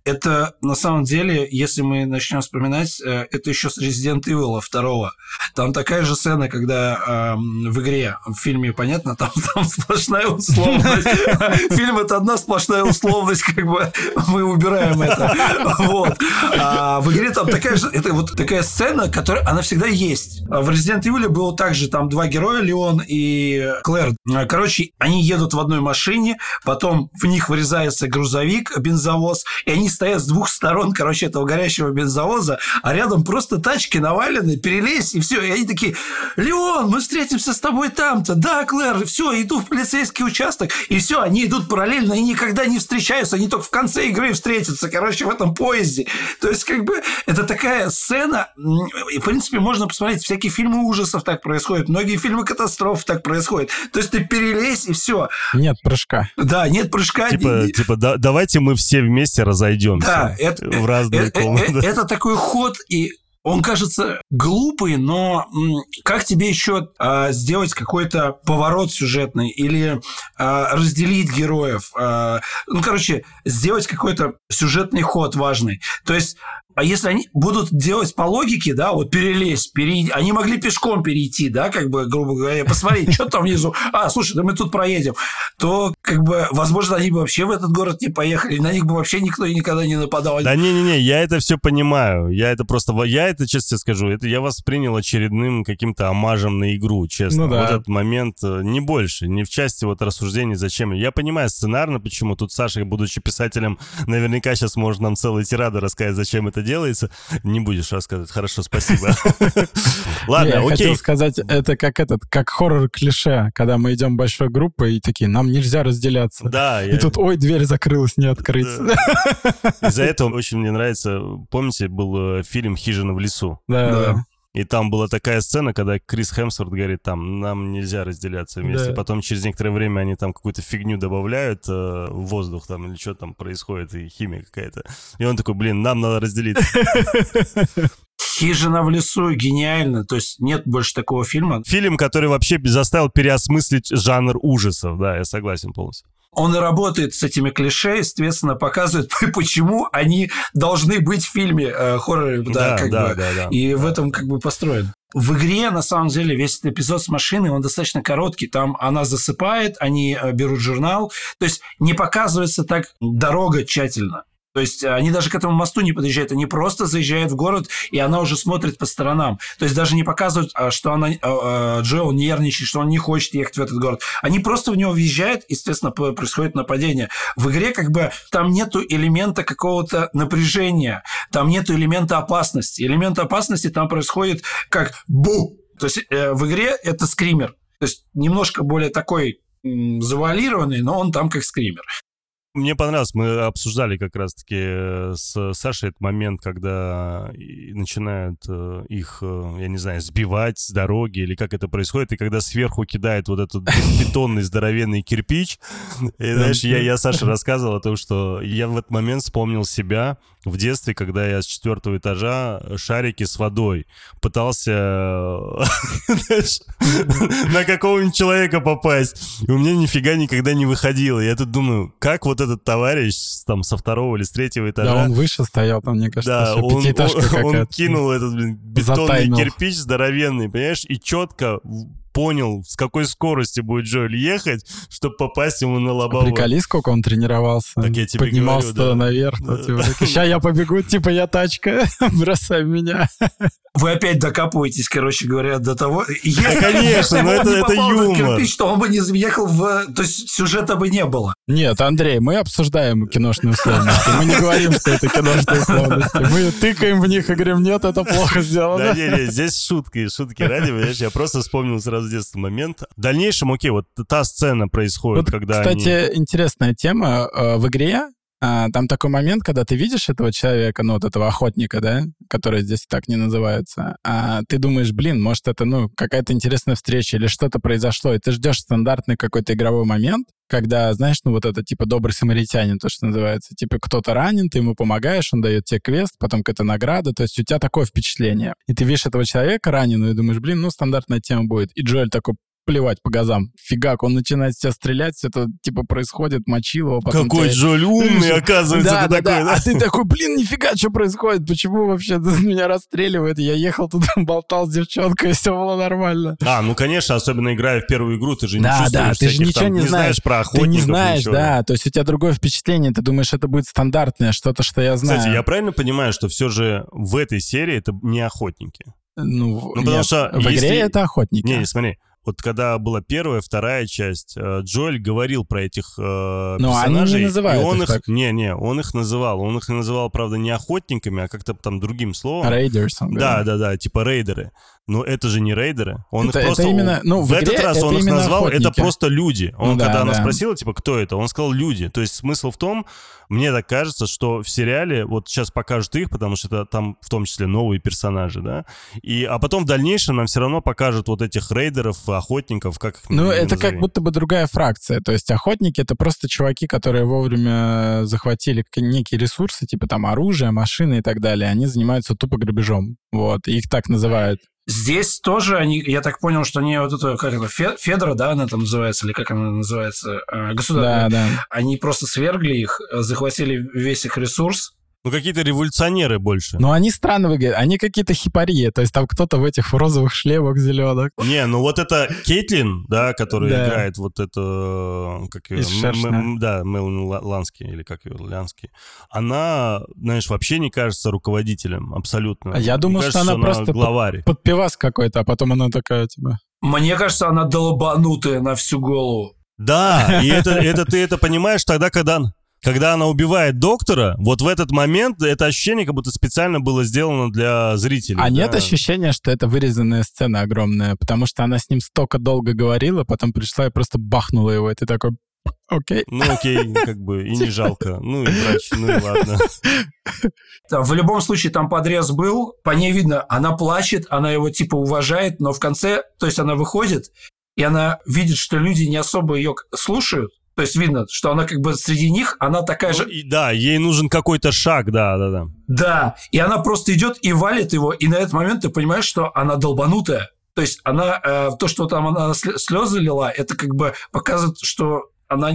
это на самом деле, если мы начнем вспоминать, это еще с Resident Evil 2. Там такая же сцена, когда в игре, в фильме, понятно, там сплошная условность. Фильм – это одна сплошная условность, как бы мы убираем это. Вот. А в игре там такая же, это вот такая сцена, которая, она всегда есть. В Resident Evil было также там два героя, Леон и Клэр. Короче, они едут в одной машине, потом в них вырезается грузовик, бензовоз, и они стоят с двух сторон, короче, этого горящего бензовоза, а рядом просто тачки навалены, перелезь, и все. И они такие: Леон, мы встретимся с тобой там-то. Да, Клэр, все, иду в полицейский участок. И все, они идут параллельно и никогда не встречаются, они только в конце игры встретятся, короче, в этом поезде. То есть, как бы, это такая сцена, и, в принципе, можно посмотреть, всякие фильмы ужасов так происходят, многие фильмы катастроф так происходят. То есть, ты перелезь, и все. Нет прыжка. Да, нет прыжка. Давайте мы все вместе разойдемся. Да, в разные комнаты. Это такой ход, и он кажется глупый, но как тебе еще сделать какой-то поворот сюжетный или разделить героев? Сделать какой-то сюжетный ход важный. То есть, а если они будут делать по логике, да, вот перелезть, они могли пешком перейти, да, как бы, грубо говоря, посмотреть, что там внизу, слушай, да мы тут проедем, то, как бы, возможно, они бы вообще в этот город не поехали, на них бы вообще никто и никогда не нападал. Да не-не-не, я это все понимаю, я это, честно тебе скажу, это я воспринял очередным каким-то омажем на игру, честно. Ну, да. Вот этот момент, не больше, не в части вот рассуждений, зачем. Я понимаю сценарно, почему тут Саша, будучи писателем, наверняка сейчас может нам целые тирады рассказать, зачем это делается. Не будешь рассказывать. Хорошо, спасибо. Ладно, окей. Я хотел сказать, это как хоррор-клише, когда мы идем большой группой и такие: нам нельзя разделяться. Да. И тут, дверь закрылась, не открыть. Из-за этого очень мне нравится, помните, был фильм «Хижина в лесу»? Да. И там была такая сцена, когда Крис Хемсворт говорит, там, нам нельзя разделяться вместе. Да. Потом через некоторое время они там какую-то фигню добавляют в воздух там, или что там происходит, и химия какая-то. И он такой: блин, нам надо разделиться. «Хижина в лесу» гениально, то есть нет больше такого фильма. Фильм, который вообще заставил переосмыслить жанр ужасов, да, я согласен полностью. Он и работает с этими клише, естественно, показывает, почему они должны быть в фильме хорроре. Да. И в этом как бы построен. В игре, на самом деле, весь этот эпизод с машиной, он достаточно короткий. Там она засыпает, они берут журнал. То есть не показывается так дорога тщательно. То есть они даже к этому мосту не подъезжают, они просто заезжают в город, и она уже смотрит по сторонам. То есть даже не показывают, что Джоэл нервничает, что он не хочет ехать в этот город. Они просто в него въезжают, естественно, происходит нападение. В игре как бы там нету элемента какого-то напряжения, там нету элемента опасности. Элемент опасности там происходит как бу! То есть в игре это скример. То есть немножко более такой завуалированный, но он там как скример. Мне понравилось, мы обсуждали как раз-таки с Сашей этот момент, когда начинают их, я не знаю, сбивать с дороги, или как это происходит, и когда сверху кидает вот этот бетонный здоровенный кирпич. И, знаешь, я Саше рассказывал о том, что я в этот момент вспомнил себя в детстве, когда я с 4-го этажа шарики с водой пытался на какого-нибудь человека попасть. И у меня нифига никогда не выходило. Я тут думаю, как вот этот товарищ там со 2-го или с 3-го этажа... Да, он выше стоял, там, мне кажется, да, пятиэтажка какая-то. Он кинул этот бетонный кирпич здоровенный, понимаешь, и четко понял, с какой скоростью будет Джоэль ехать, чтобы попасть ему на лобовую. Приколи, сколько он тренировался. Так я тебе поднимался говорю, да. наверх. Сейчас я побегу, типа я тачка, бросай меня. Вы опять докапываетесь, короче говоря, до того... Да, конечно, но это юмор. Кирпич, то он бы не въехал в... То есть сюжета бы не было. Нет, Андрей, мы обсуждаем киношные условности. Мы не говорим, что это киношные условности. Мы тыкаем в них и говорим: нет, это плохо сделано. Да, не, здесь шутки ради, понимаешь, я просто вспомнил сразу с детства момент. В дальнейшем, окей, вот та сцена происходит, вот, когда кстати, интересная тема. В игре там такой момент, когда ты видишь этого человека, вот этого охотника, да, который здесь так не называется, а ты думаешь: блин, может, это, какая-то интересная встреча или что-то произошло, и ты ждешь стандартный какой-то игровой момент, когда, знаешь, вот это, типа, добрый самаритянин, то, что называется. Типа, кто-то ранен, ты ему помогаешь, он дает тебе квест, потом какая-то награда, то есть у тебя такое впечатление. И ты видишь этого человека раненого и думаешь: блин, стандартная тема будет. И Джоэль такой плевать по газам. Фигак, он начинает в тебя стрелять, все это типа происходит, мочил его. Потом Какой Джоль умный, оказывается, да, ты такой, да? А ты такой, блин, нифига, что происходит? Почему вообще меня расстреливают? Я ехал туда, болтал с девчонкой, и все было нормально. Ну, конечно, особенно играя в первую игру, ты же не Да, чувствуешь ты же всяких ничего там, не знаешь про охотников. Ты не знаешь, ничего. да, то есть у тебя другое впечатление, ты думаешь, это будет стандартное, что-то, что я знаю. Кстати, я правильно понимаю, что все же в этой серии это не охотники? Потому нет, что в игре это охотники. Не, смотри, вот когда была первая, вторая часть, Джоэль говорил про этих персонажей. Они не называют и он их так. он их называл. Он их называл, правда, не охотниками, а как-то там другим словом. Рейдерс. Да, типа рейдеры. Но это же не рейдеры. Он это, их просто... Это именно, в этот раз он их назвал, охотники. это просто люди. Когда она да. спросила, типа, кто это, он сказал люди. То есть смысл в том, мне так кажется, что в сериале, вот сейчас покажут их, потому что это там в том числе новые персонажи, да, а потом в дальнейшем нам все равно покажут вот этих рейдеров, охотников, как их это назови. как будто бы другая фракция. То есть охотники — это просто чуваки, которые вовремя захватили некие ресурсы, типа там оружие, машины и так далее. Они занимаются тупо грабежом. Вот, их так называют. Здесь тоже они, я так понял, что они вот это, как это, Федора, да, она там называется, или как она называется, государство. Да. Они просто свергли их, захватили весь их ресурс. Какие-то революционеры больше. Но они странно выглядят. Они какие-то хипарьи. То есть там кто-то в этих розовых шлемах зеленых. Не, вот это Кейтлин, да, которая играет вот это... Как ее? Мелани Лански, или как ее, Лянски. Она, знаешь, вообще не кажется руководителем, абсолютно. Я думал, кажется, что она просто главарь. подпивас какой-то, а потом она такая, типа... Мне кажется, она долбанутая на всю голову. Да, и ты это понимаешь тогда, когда она убивает доктора, вот в этот момент это ощущение как будто специально было сделано для зрителей. Нет ощущения, что это вырезанная сцена огромная, потому что она с ним столько долго говорила, потом пришла и просто бахнула его, и ты такой, окей. Окей, как бы, и не жалко. И врач, и ладно. В любом случае там подрез был, по ней видно, она плачет, она его типа уважает, но в конце, то есть она выходит, и она видит, что люди не особо ее слушают. То есть видно, что она как бы среди них, она такая же... Да, ей нужен какой-то шаг, да. Да, и она просто идет и валит его, и на этот момент ты понимаешь, что она долбанутая. То есть она, то, что там она слезы лила, это как бы показывает, что она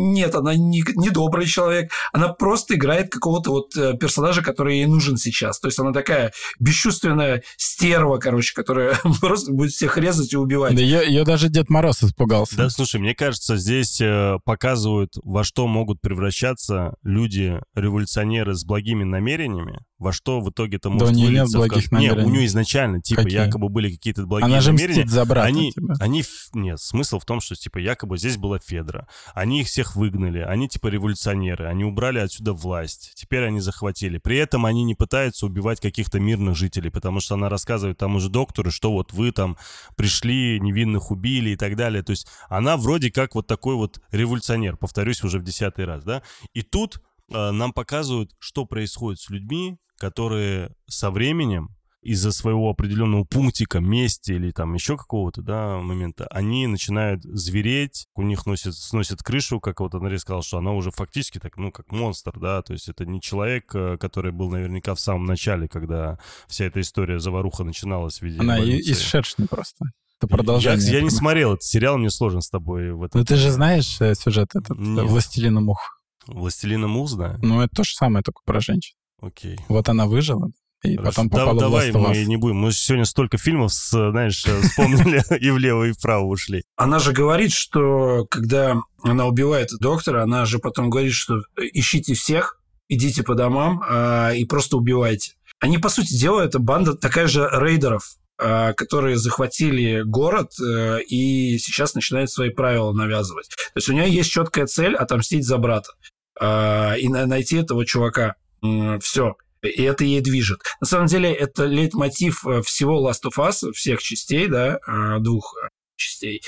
не добрый человек, она просто играет какого-то вот персонажа, который ей нужен сейчас. То есть она такая бесчувственная стерва, которая просто будет всех резать и убивать. Да ее даже Дед Мороз испугался. Да, слушай, мне кажется, здесь показывают, во что могут превращаться люди-революционеры с благими намерениями, во что в итоге это может вылиться. Нет благих намерений. Нет, у нее изначально, типа, Какие? якобы были какие-то благие намерения. Она же намерения. мстит за брата. Нет, смысл в том, что, типа, якобы здесь была Федора. Они их всех выгнали, они, типа, революционеры, они убрали отсюда власть, теперь они захватили. При этом они не пытаются убивать каких-то мирных жителей, потому что она рассказывает тому же доктору, что вот вы там пришли, невинных убили и так далее. То есть она вроде как вот такой вот революционер, повторюсь уже в 10-й раз, да. И тут нам показывают, что происходит с людьми, которые со временем из-за своего определенного пунктика, мести или там еще какого-то, да, момента, они начинают звереть, у них сносит крышу, как вот Андрей сказал, что она уже фактически так, как монстр, да, то есть это не человек, который был наверняка в самом начале, когда вся эта история заваруха начиналась в виде Она больницы. из шершни просто. Это продолжение. Я не смотрел этот сериал, мне сложно с тобой в этом. Ну ты же знаешь сюжет этот «Властелина мух». «Властелина мух» знаю? Ну это то же самое, только про женщин. Окей. Вот она выжила, и потом попала в Давай Last of Us. мы не будем. Мы сегодня столько фильмов, знаешь, вспомнили и влево, и вправо ушли. Она же говорит, что когда она убивает доктора, она же потом говорит, что ищите всех, идите по домам и просто убивайте. Они, по сути дела, это банда такая же рейдеров, которые захватили город и сейчас начинают свои правила навязывать. То есть у нее есть четкая цель отомстить за брата и найти этого чувака. Все. И это ей движет. На самом деле, это лейтмотив всего Last of Us, всех частей, да, 2 частей.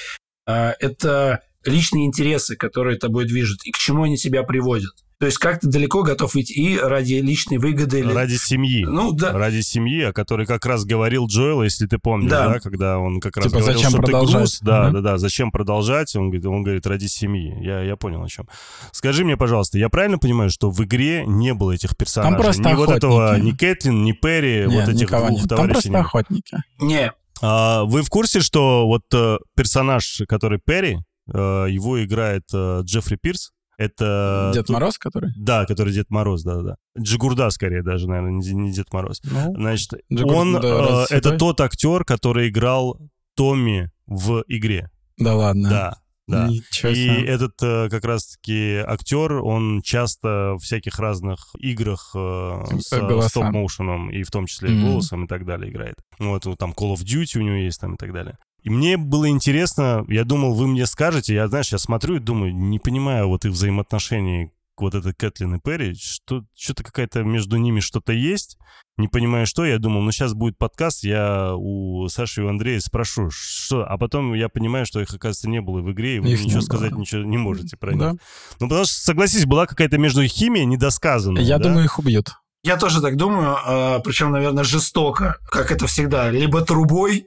Это личные интересы, которые тобой движут, и к чему они тебя приводят. То есть как ты далеко готов идти ради личной выгоды. Или... Ради семьи. Ну, да. Ради семьи, о которой как раз говорил Джоэл, если ты помнишь, да, когда он как раз типа, говорил, зачем что продолжать? ты груз. Да, зачем продолжать? Он говорит, ради семьи. Я понял, о чем. Скажи мне, пожалуйста, я правильно понимаю, что в игре не было этих персонажей? Там просто ни охотники. Вот этого, ни Кэтлин, ни Перри, вот этих никого двух нет. товарищей? Там просто охотники. Не. Вы в курсе, что вот персонаж, который Перри, его играет Джеффри Пирс? Это... Дед Мороз, который? Да, который Дед Мороз, да-да. Джигурда, скорее, даже, наверное, не Дед Мороз. Ну, значит, Джигурда это тот актер, который играл Томми в игре. Да ладно. Да. Да. Ничего И себе. этот как раз-таки актер, он часто в всяких разных играх с стоп-моушеном, и в том числе голосом и так далее играет. Вот, там Call of Duty у него есть там и так далее. И мне было интересно, я думал, вы мне скажете, я смотрю и думаю, не понимаю вот их взаимоотношений, вот это Кэтлин и Перри, что-то какая-то между ними что-то есть, не понимаю что, я думал, сейчас будет подкаст, я у Саши и у Андрея спрошу, что, а потом я понимаю, что их, оказывается, не было в игре, и вы ничего сказать ничего не можете про них. Да. Ну, потому что, согласись, была какая-то между них химия недосказанная. Я думаю, их убьют. Я тоже так думаю, причем, наверное, жестоко, как это всегда. Либо трубой,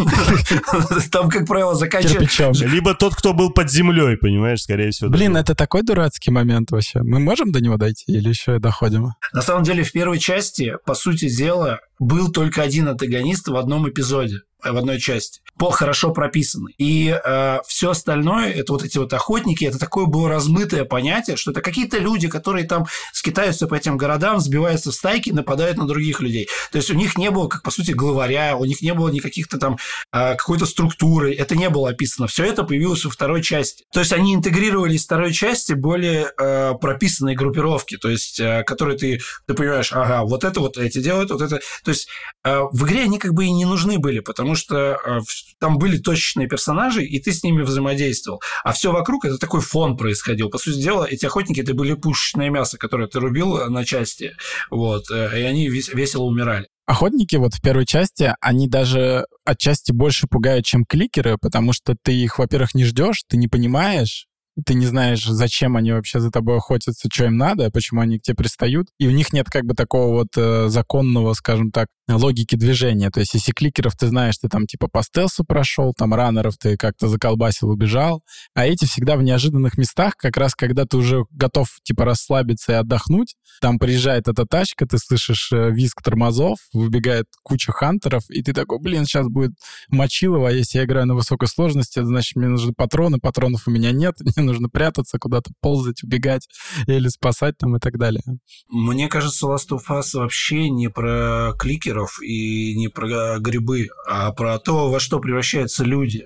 там, как правило, заканчивается... Либо тот, кто был под землей, понимаешь, скорее всего. Блин, это такой дурацкий момент вообще. Мы можем до него дойти или еще доходим? На самом деле, в первой части, по сути дела, был только один антагонист в одном эпизоде, в одной части, хорошо прописанный. И все остальное, это вот эти вот охотники, это такое было размытое понятие, что это какие-то люди, которые там скитаются по этим городам, сбиваются в стайки, нападают на других людей. То есть у них не было, как по сути, главаря, у них не было никаких-то там какой-то структуры, это не было описано. Все это появилось во второй части. То есть они интегрировали из второй части более прописанные группировки, то есть которые ты понимаешь, ага, вот это вот эти делают, вот это... То есть в игре они как бы и не нужны были, потому что там были точечные персонажи, и ты с ними взаимодействовал. А все вокруг это такой фон происходил. По сути дела, эти охотники это были пушечное мясо, которое ты рубил на части, вот, и они весело умирали. Охотники вот в первой части, они даже отчасти больше пугают, чем кликеры, потому что ты их, во-первых, не ждешь, ты не понимаешь, ты не знаешь, зачем они вообще за тобой охотятся, что им надо, почему они к тебе пристают. И у них нет как бы такого вот законного, скажем так, логики движения. То есть если кликеров ты знаешь, ты там типа по стелсу прошел, там раннеров ты как-то заколбасил, убежал. А эти всегда в неожиданных местах, как раз когда ты уже готов типа расслабиться и отдохнуть, там приезжает эта тачка, ты слышишь визг тормозов, выбегает куча хантеров, и ты такой, блин, сейчас будет мочилово, а если я играю на высокой сложности, значит, мне нужны патроны, патронов у меня нет, мне нужно прятаться, куда-то ползать, убегать или спасать там и так далее. Мне кажется, Last of Us вообще не про кликеров и не про грибы, а про то, во что превращаются люди.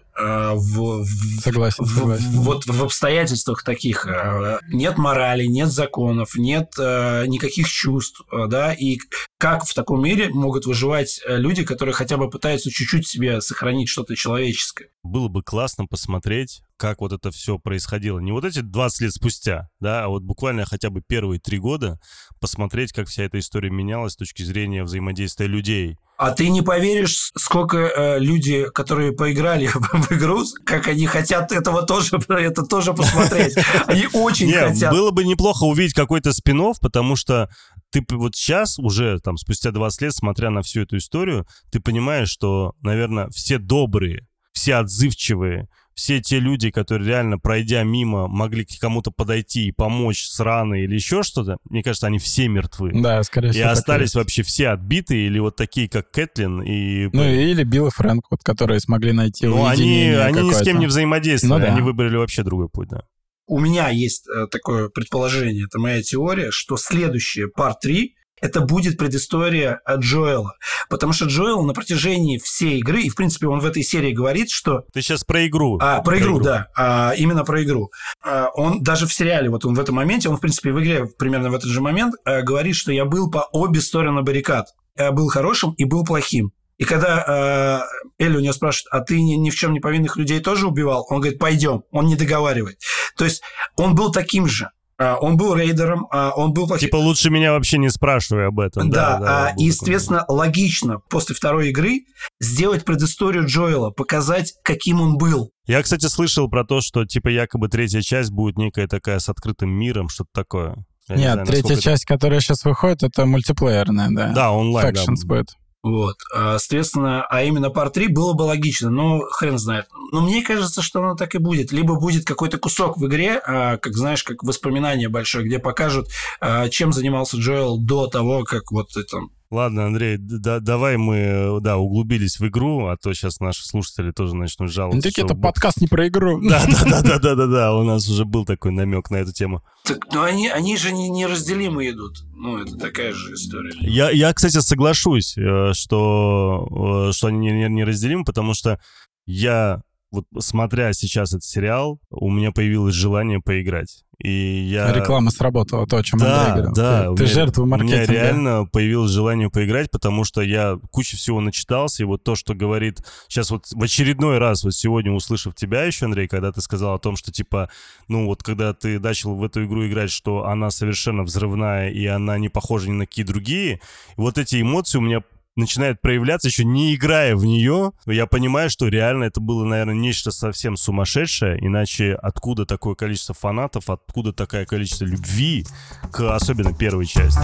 Согласен. Вот в обстоятельствах таких нет морали, нет законов, нет никаких чувств, да, и как в таком мире могут выживать люди, которые хотя бы пытаются чуть-чуть себе сохранить что-то человеческое. Было бы классно посмотреть, как вот это все происходило. Не вот эти 20 лет спустя, да, а вот буквально хотя бы первые 3 года посмотреть, как вся эта история менялась с точки зрения взаимодействия людей. А ты не поверишь, сколько люди, которые поиграли в игру, как они хотят это тоже посмотреть. Они очень хотят. Было бы неплохо увидеть какой-то спин-офф, потому что ты вот сейчас, уже там спустя 20 лет, смотря на всю эту историю, ты понимаешь, что, наверное, все добрые, все отзывчивые, все те люди, которые реально, пройдя мимо, могли к кому-то подойти и помочь с раной или еще что-то, мне кажется, они все мертвы. Да, скорее всего. И остались вообще все отбитые, или вот такие, как Кэтлин и... Ну, или Билл и Фрэнк, вот, которые смогли найти уединение какое-то. Они ни с кем не взаимодействовали, ну, да. Они выбрали вообще другой путь, да. У меня есть такое предположение, это моя теория, что следующее, Part 3, это будет предыстория Джоэла. Потому что Джоэл на протяжении всей игры, и, в принципе, он в этой серии говорит, что... Ты сейчас про игру. Про игру, да. Именно про игру. Он даже в сериале, вот он в этом моменте, он, в принципе, в игре примерно в этот же момент говорит, что я был по обе стороны баррикад. Я был хорошим и был плохим. И когда Элли у него спрашивает, а ты ни в чем не повинных людей тоже убивал? Он говорит, пойдем. Он не договаривает. То есть он был таким же. Он был рейдером, он был плохим. Типа лучше меня вообще не спрашивай об этом. Да, и, естественно, логично после второй игры сделать предысторию Джоэла, показать, каким он был. Я, кстати, слышал про то, что типа якобы третья часть будет некая такая с открытым миром, что-то такое. Нет, третья часть, которая сейчас выходит, это мультиплеерная, да. Да, онлайн. Factions будет. Вот, соответственно, а именно Part 3 было бы логично, но хрен знает. Но мне кажется, что оно так и будет. Либо будет какой-то кусок в игре, как, знаешь, как воспоминание большое, где покажут, чем занимался Джоэл до того, как вот это... Ладно, Андрей, давай мы, углубились в игру, а то сейчас наши слушатели тоже начнут жаловаться. Так это подкаст не про игру. Да, у нас уже был такой намек на эту тему. Так, ну они же неразделимо идут. Ну, это такая же история. Я, кстати, соглашусь, что они неразделимы, потому что я, вот смотря сейчас этот сериал, у меня появилось желание поиграть. И я... Реклама сработала, то, о чем Андрей говорил. Да, ты жертва маркетинга. У меня реально появилось желание поиграть, потому что я кучу всего начитался, и вот то, что говорит... Сейчас вот в очередной раз, вот сегодня услышав тебя еще, Андрей, когда ты сказал о том, что типа, ну вот когда ты начал в эту игру играть, что она совершенно взрывная, и она не похожа ни на какие другие, вот эти эмоции у меня начинает проявляться, еще не играя в нее. Я понимаю, что реально это было, наверное, нечто совсем сумасшедшее, иначе откуда такое количество фанатов, откуда такое количество любви к особенно первой части.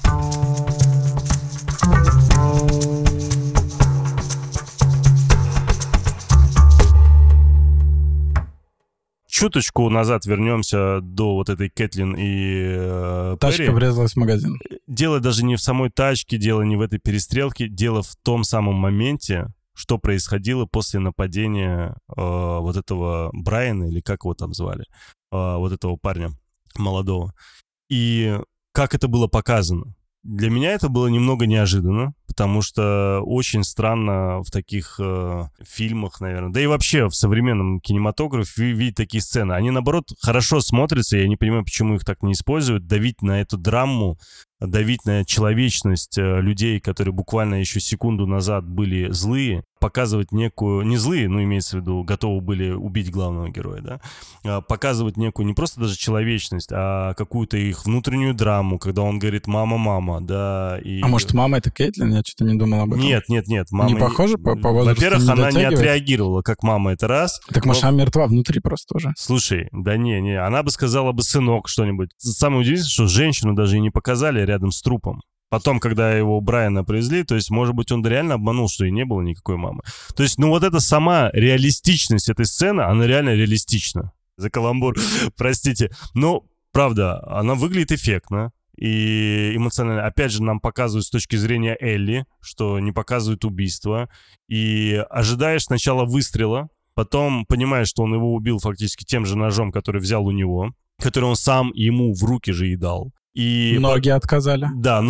Чуточку назад вернемся до вот этой Кэтлин и Тачка Перри. врезалась в магазин. Дело даже не в самой тачке, дело не в этой перестрелке, дело в том самом моменте, что происходило после нападения вот этого Брайана, или как его там звали, вот этого парня молодого. И как это было показано. Для меня это было немного неожиданно, потому что очень странно в таких фильмах, наверное, да и вообще в современном кинематографе видеть такие сцены. Они, наоборот, хорошо смотрятся, я не понимаю, почему их так не используют, давить на эту драму, давить на человечность людей, которые буквально еще секунду назад были злые, показывать некую, не злые, ну, имеется в виду, готовы были убить главного героя, да, показывать некую не просто даже человечность, а какую-то их внутреннюю драму, когда он говорит «мама», да, и... А может, мама это Кэтлин? Я что-то не думал об этом. Нет, мама... Не похоже по возрасту? Во-первых, она не отреагировала, как мама, это раз. Так может, она мертва внутри просто уже? Слушай, да не, она бы сказала бы «сынок» что-нибудь. Самое удивительное, что женщину даже и не показали рядом с трупом. Потом, когда его Брайана привезли, то есть, может быть, он реально обманул, что и не было никакой мамы. То есть, ну вот эта сама реалистичность этой сцены, она реально реалистична. За каламбур, простите. Но, правда, она выглядит эффектно и эмоционально. Опять же, нам показывают с точки зрения Элли, что не показывают убийство. И ожидаешь сначала выстрела, потом понимаешь, что он его убил фактически тем же ножом, который взял у него, который он сам ему в руки же и дал. И ноги отказали. Да,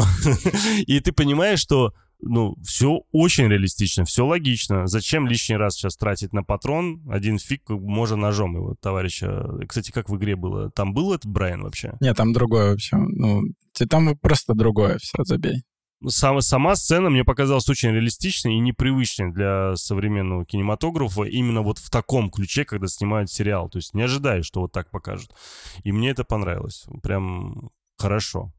и ты понимаешь, что все очень реалистично, все логично. Зачем лишний раз сейчас тратить на патрон? Один фиг, можно ножом его товарища. Кстати, как в игре было? Там был этот Брайан вообще? Нет, там другое вообще. Там просто другое, все, забей. Сама сцена мне показалась очень реалистичной и непривычной для современного кинематографа именно вот в таком ключе, когда снимают сериал. То есть не ожидаешь, что вот так покажут. И мне это понравилось. Прям... Хорошо.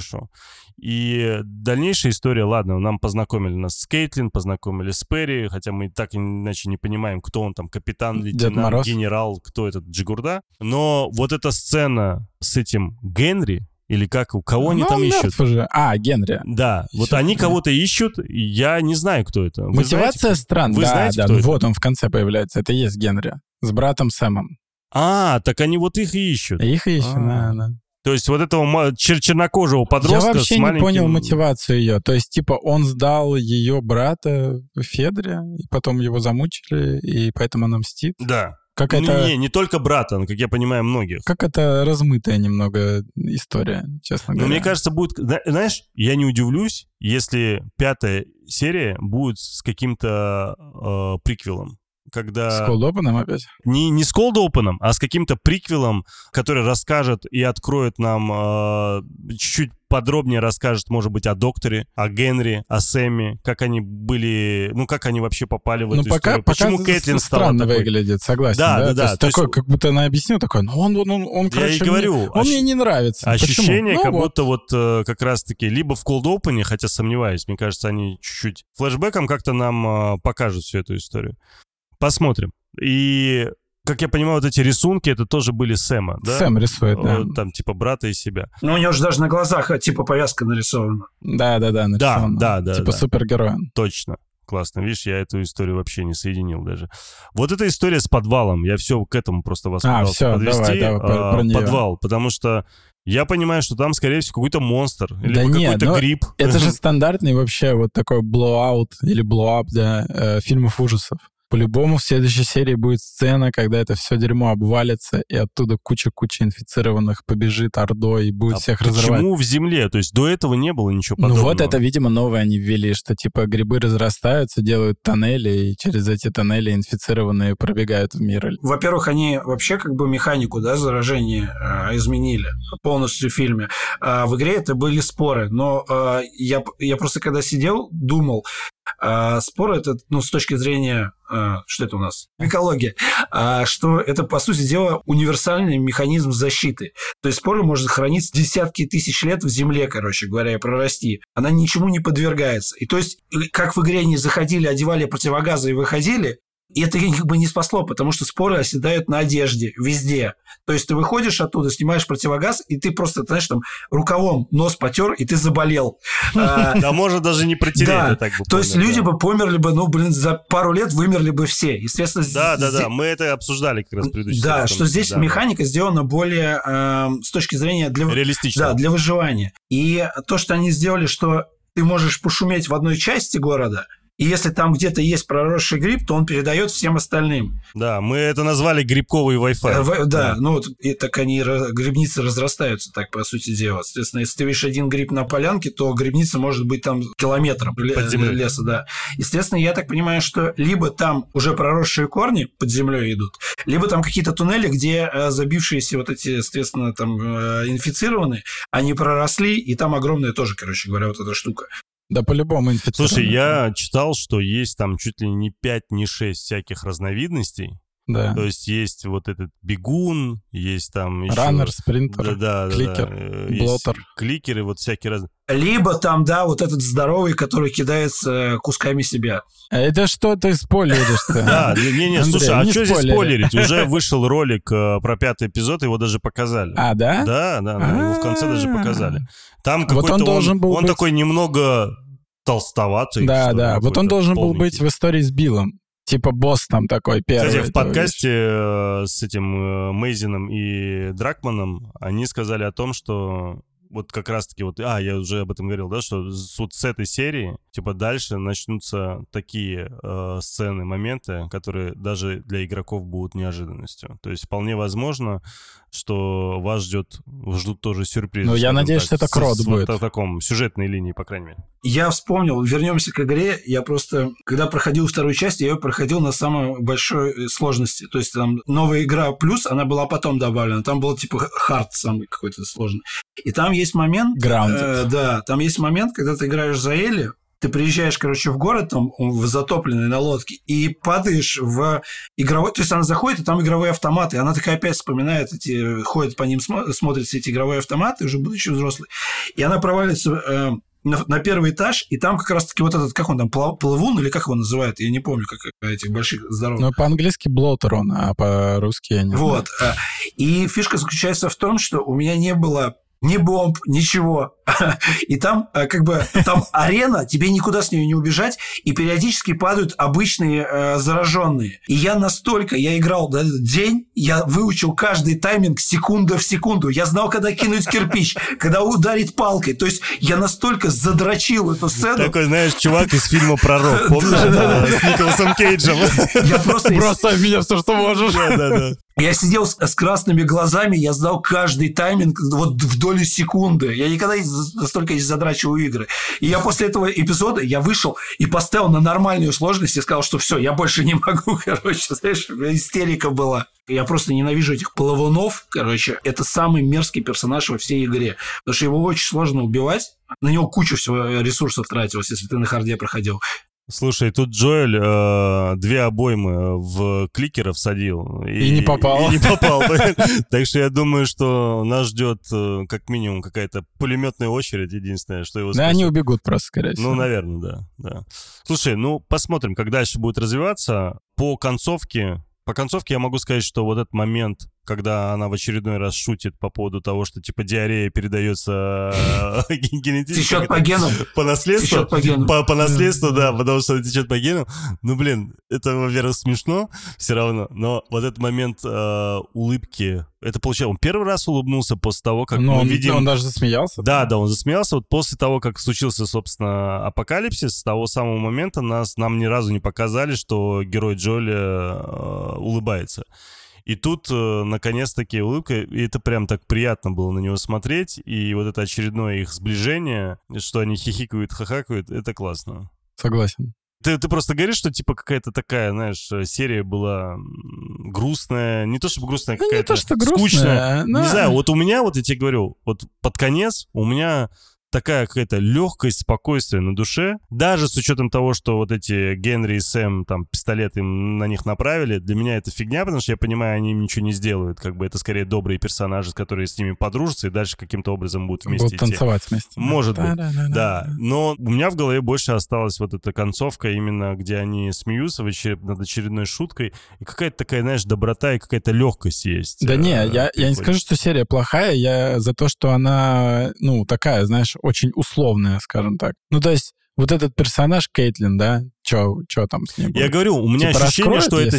И дальнейшая история, ладно, нам познакомили нас с Кейтлин, познакомили с Перри, хотя мы так иначе не понимаем, кто он там, капитан, лейтенант, генерал, кто этот Джигурда. Но вот эта сцена с этим Генри, или как, у кого они там ищут? Уже. Генри. Да, вот они кого-то ищут, я не знаю, кто это. Мотивация странная. Вы знаете, да, кто это? Вот он в конце появляется, это и есть Генри, с братом Сэмом. Так они вот их и ищут. Их ищут, да. То есть вот этого чернокожего подростка Я вообще с маленьким... не понял мотивацию ее. То есть, типа, он сдал ее брата Федре, и потом его замучили, и поэтому она мстит? Да. Как это... Не только брата, но, как я понимаю, многих. Как это размытая немного история, честно говоря. Мне кажется, будет... Знаешь, я не удивлюсь, если 5-я серия будет с каким-то приквелом. Когда... С Cold Open опять? Не с Cold Open, а с каким-то приквелом, который расскажет и откроет нам, чуть-чуть подробнее расскажет, может быть, о Докторе, о Генри, о Сэмме, как они были, как они вообще попали в эту историю. Почему Кэтлин стала странно такой? Выглядит, согласен. Да. То есть такой, как будто она объяснила, такой, он короче, я и говорю, он мне не нравится. Ощущение, как будто вот как раз-таки либо в Cold Open, хотя сомневаюсь, мне кажется, они чуть-чуть флешбэком как-то нам покажут всю эту историю. Посмотрим. И, как я понимаю, вот эти рисунки, это тоже были Сэма, да? Сэм рисует, да. Там, типа, брата и себя. У него же даже на глазах, типа, повязка нарисована. Да, нарисована. Да. Типа супергероя. Точно. Классно. Видишь, я эту историю вообще не соединил даже. Вот эта история с подвалом. Я все к этому просто вас пытался подвести. Давай, про нее. Подвал. Потому что Я понимаю, что там, скорее всего, какой-то монстр или Да нет, какой-то гриб. Это же стандартный вообще вот такой blowout или blow-up для фильмов ужасов. По-любому в следующей серии будет сцена, когда это все дерьмо обвалится, и оттуда куча-куча инфицированных побежит ордой и будет всех разрывать. Почему в земле? То есть до этого не было ничего подобного? Ну вот это, видимо, новое они ввели, что типа грибы разрастаются, делают тоннели, и через эти тоннели инфицированные пробегают в мир. Во-первых, они вообще как бы механику, да, заражения изменили полностью в фильме. В игре это были споры, но я просто когда сидел, думал, споры это, ну, с точки зрения, что это у нас? Экология. Что это, по сути дела, универсальный механизм защиты. То есть споры может храниться десятки тысяч лет в земле, короче говоря, и прорасти. Она ничему не подвергается. И то есть, как в игре они заходили, одевали противогазы и выходили, и это их как бы не спасло, потому что споры оседают на одежде, везде. То есть ты выходишь оттуда, снимаешь противогаз, и ты просто, знаешь, там рукавом нос потер, и ты заболел. Да, можно даже не протереть. То есть люди бы померли бы, ну, блин, за пару лет вымерли бы все. Естественно, да, мы это обсуждали как раз в предыдущем. Да, что здесь механика сделана более с точки зрения реалистично. Да, для выживания. И то, что они сделали, что ты можешь пошуметь в одной части города, и если там где-то есть проросший гриб, то он передает всем остальным. Да, мы это назвали грибковый Wi-Fi. Да, ну вот и так они, грибницы разрастаются, так по сути дела. Соответственно, если ты видишь один гриб на полянке, то грибница может быть там километром леса, да. Естественно, я так понимаю, что либо там уже проросшие корни под землей идут, либо там какие-то туннели, где забившиеся вот эти, соответственно, там инфицированные, они проросли, и там огромная тоже, короче говоря, вот эта штука. Да, по-любому инфицированный. Слушай, я читал, что есть там чуть ли не 5, не 6 всяких разновидностей. Да. То есть есть вот этот бегун, есть там еще... Раннер, спринтер, кликер, блотер. Кликеры, вот всякие разные. Либо там, да, вот этот здоровый, который кидается кусками себя. Это что ты спойлеришь-то? Да, не, слушай, а что здесь спойлерить? Уже вышел ролик про 5-й эпизод, его даже показали. А, да? Да, его в конце даже показали. Там какой-то он должен был он такой немного толстоватый. Да, вот он должен был быть в истории с Биллом. Типа босс там такой первый. Кстати, в подкасте с этим Мейзином и Дракманом они сказали о том, что вот как раз-таки вот, я уже об этом говорил, да, что вот с этой серии, типа, дальше начнутся такие сцены, моменты, которые даже для игроков будут неожиданностью. То есть вполне возможно, что вас ждут тоже сюрпризы. Ну, я надеюсь, что это крот будет. В таком сюжетной линии, по крайней мере. Я вспомнил, вернемся к игре. Я просто, когда проходил вторую часть, я ее проходил на самой большой сложности. То есть там новая игра плюс, она была потом добавлена. Там был типа хард самый какой-то сложный. И там есть момент... да, там есть момент, когда ты играешь за Элли, ты приезжаешь, короче, в город, там, в затопленный на лодке, и падаешь в игровой... То есть она заходит, и там игровые автоматы. И она такая опять вспоминает ходит по ним, смотрит все эти игровые автоматы, уже будучи взрослой. И она проваливается на первый этаж, и там как раз-таки вот этот, как он там, плавун, или как его называют, я не помню, как этих больших здоровых. Ну, по-английски блотер он, а по-русски я не знаю. Вот. И фишка заключается в том, что у меня не было ни бомб, ничего. И там как бы там арена, тебе никуда с нее не убежать, и периодически падают обычные зараженные. И я играл день, я выучил каждый тайминг секунда в секунду. Я знал, когда кинуть кирпич, когда ударить палкой. То есть я настолько задрочил эту сцену. Такой, знаешь, чувак из фильма «Пророк». Помнишь? С Николасом Кейджем. Я просто... Бросай меня все, что можешь. Да. Я сидел с красными глазами, я знал каждый тайминг вот в долю секунды. Я никогда настолько не задрачивал игры. И я после этого эпизода я вышел и поставил на нормальную сложность и сказал, что все, я больше не могу, короче, знаешь, истерика была. Я просто ненавижу этих плавунов, короче. Это самый мерзкий персонаж во всей игре. Потому что его очень сложно убивать. На него кучу всего ресурсов тратилось, если ты на харде проходил. Слушай, тут Джоэль 2 обоймы в кликера всадил. И не попал. И не попал. Так что я думаю, что нас ждет как минимум какая-то пулеметная очередь, единственное, что его спасет. Да, они убегут просто, скорее всего. Ну, наверное, да. Слушай, посмотрим, как дальше будет развиваться. По концовке я могу сказать, что вот этот момент когда она в очередной раз шутит по поводу того, что, типа, диарея передается генетически. Течет по генам. По наследству. Течет по генам. По наследству, да, потому что она течет по генам. Ну, блин, это, во-первых, смешно все равно, но вот этот момент улыбки, это получалось. Он первый раз улыбнулся после того, как мы видим... Он даже засмеялся. Да, он засмеялся. Вот после того, как случился, собственно, апокалипсис, с того самого момента нам ни разу не показали, что герой Джоэля улыбается. И тут, наконец-таки, улыбка, и это прям так приятно было на него смотреть, и вот это очередное их сближение, что они хихикают, хахакают, это классно. Согласен. Ты просто говоришь, что типа какая-то такая, знаешь, серия была грустная, не то чтобы грустная, какая-то не то, что грустная, скучная. но... Не знаю, вот у меня, вот я тебе говорю, вот под конец у меня такая какая-то легкость, спокойствие на душе. Даже с учетом того, что вот эти Генри и Сэм, там, пистолеты на них направили, для меня это фигня, потому что я понимаю, они им ничего не сделают. Как бы это скорее добрые персонажи, которые с ними подружатся и дальше каким-то образом будут вместе идти. Будут танцевать вместе. Может быть, да. Но у меня в голове больше осталась вот эта концовка, именно где они смеются над очередной шуткой. И какая-то такая, знаешь, доброта и какая-то легкость есть. Да не, я не скажу, что серия плохая, я за то, что она, ну, такая, знаешь, очень условная, скажем так. Ну, то есть вот этот персонаж Кейтлин, да, что там с ним будет? Я говорю, у меня типа ощущение, что эта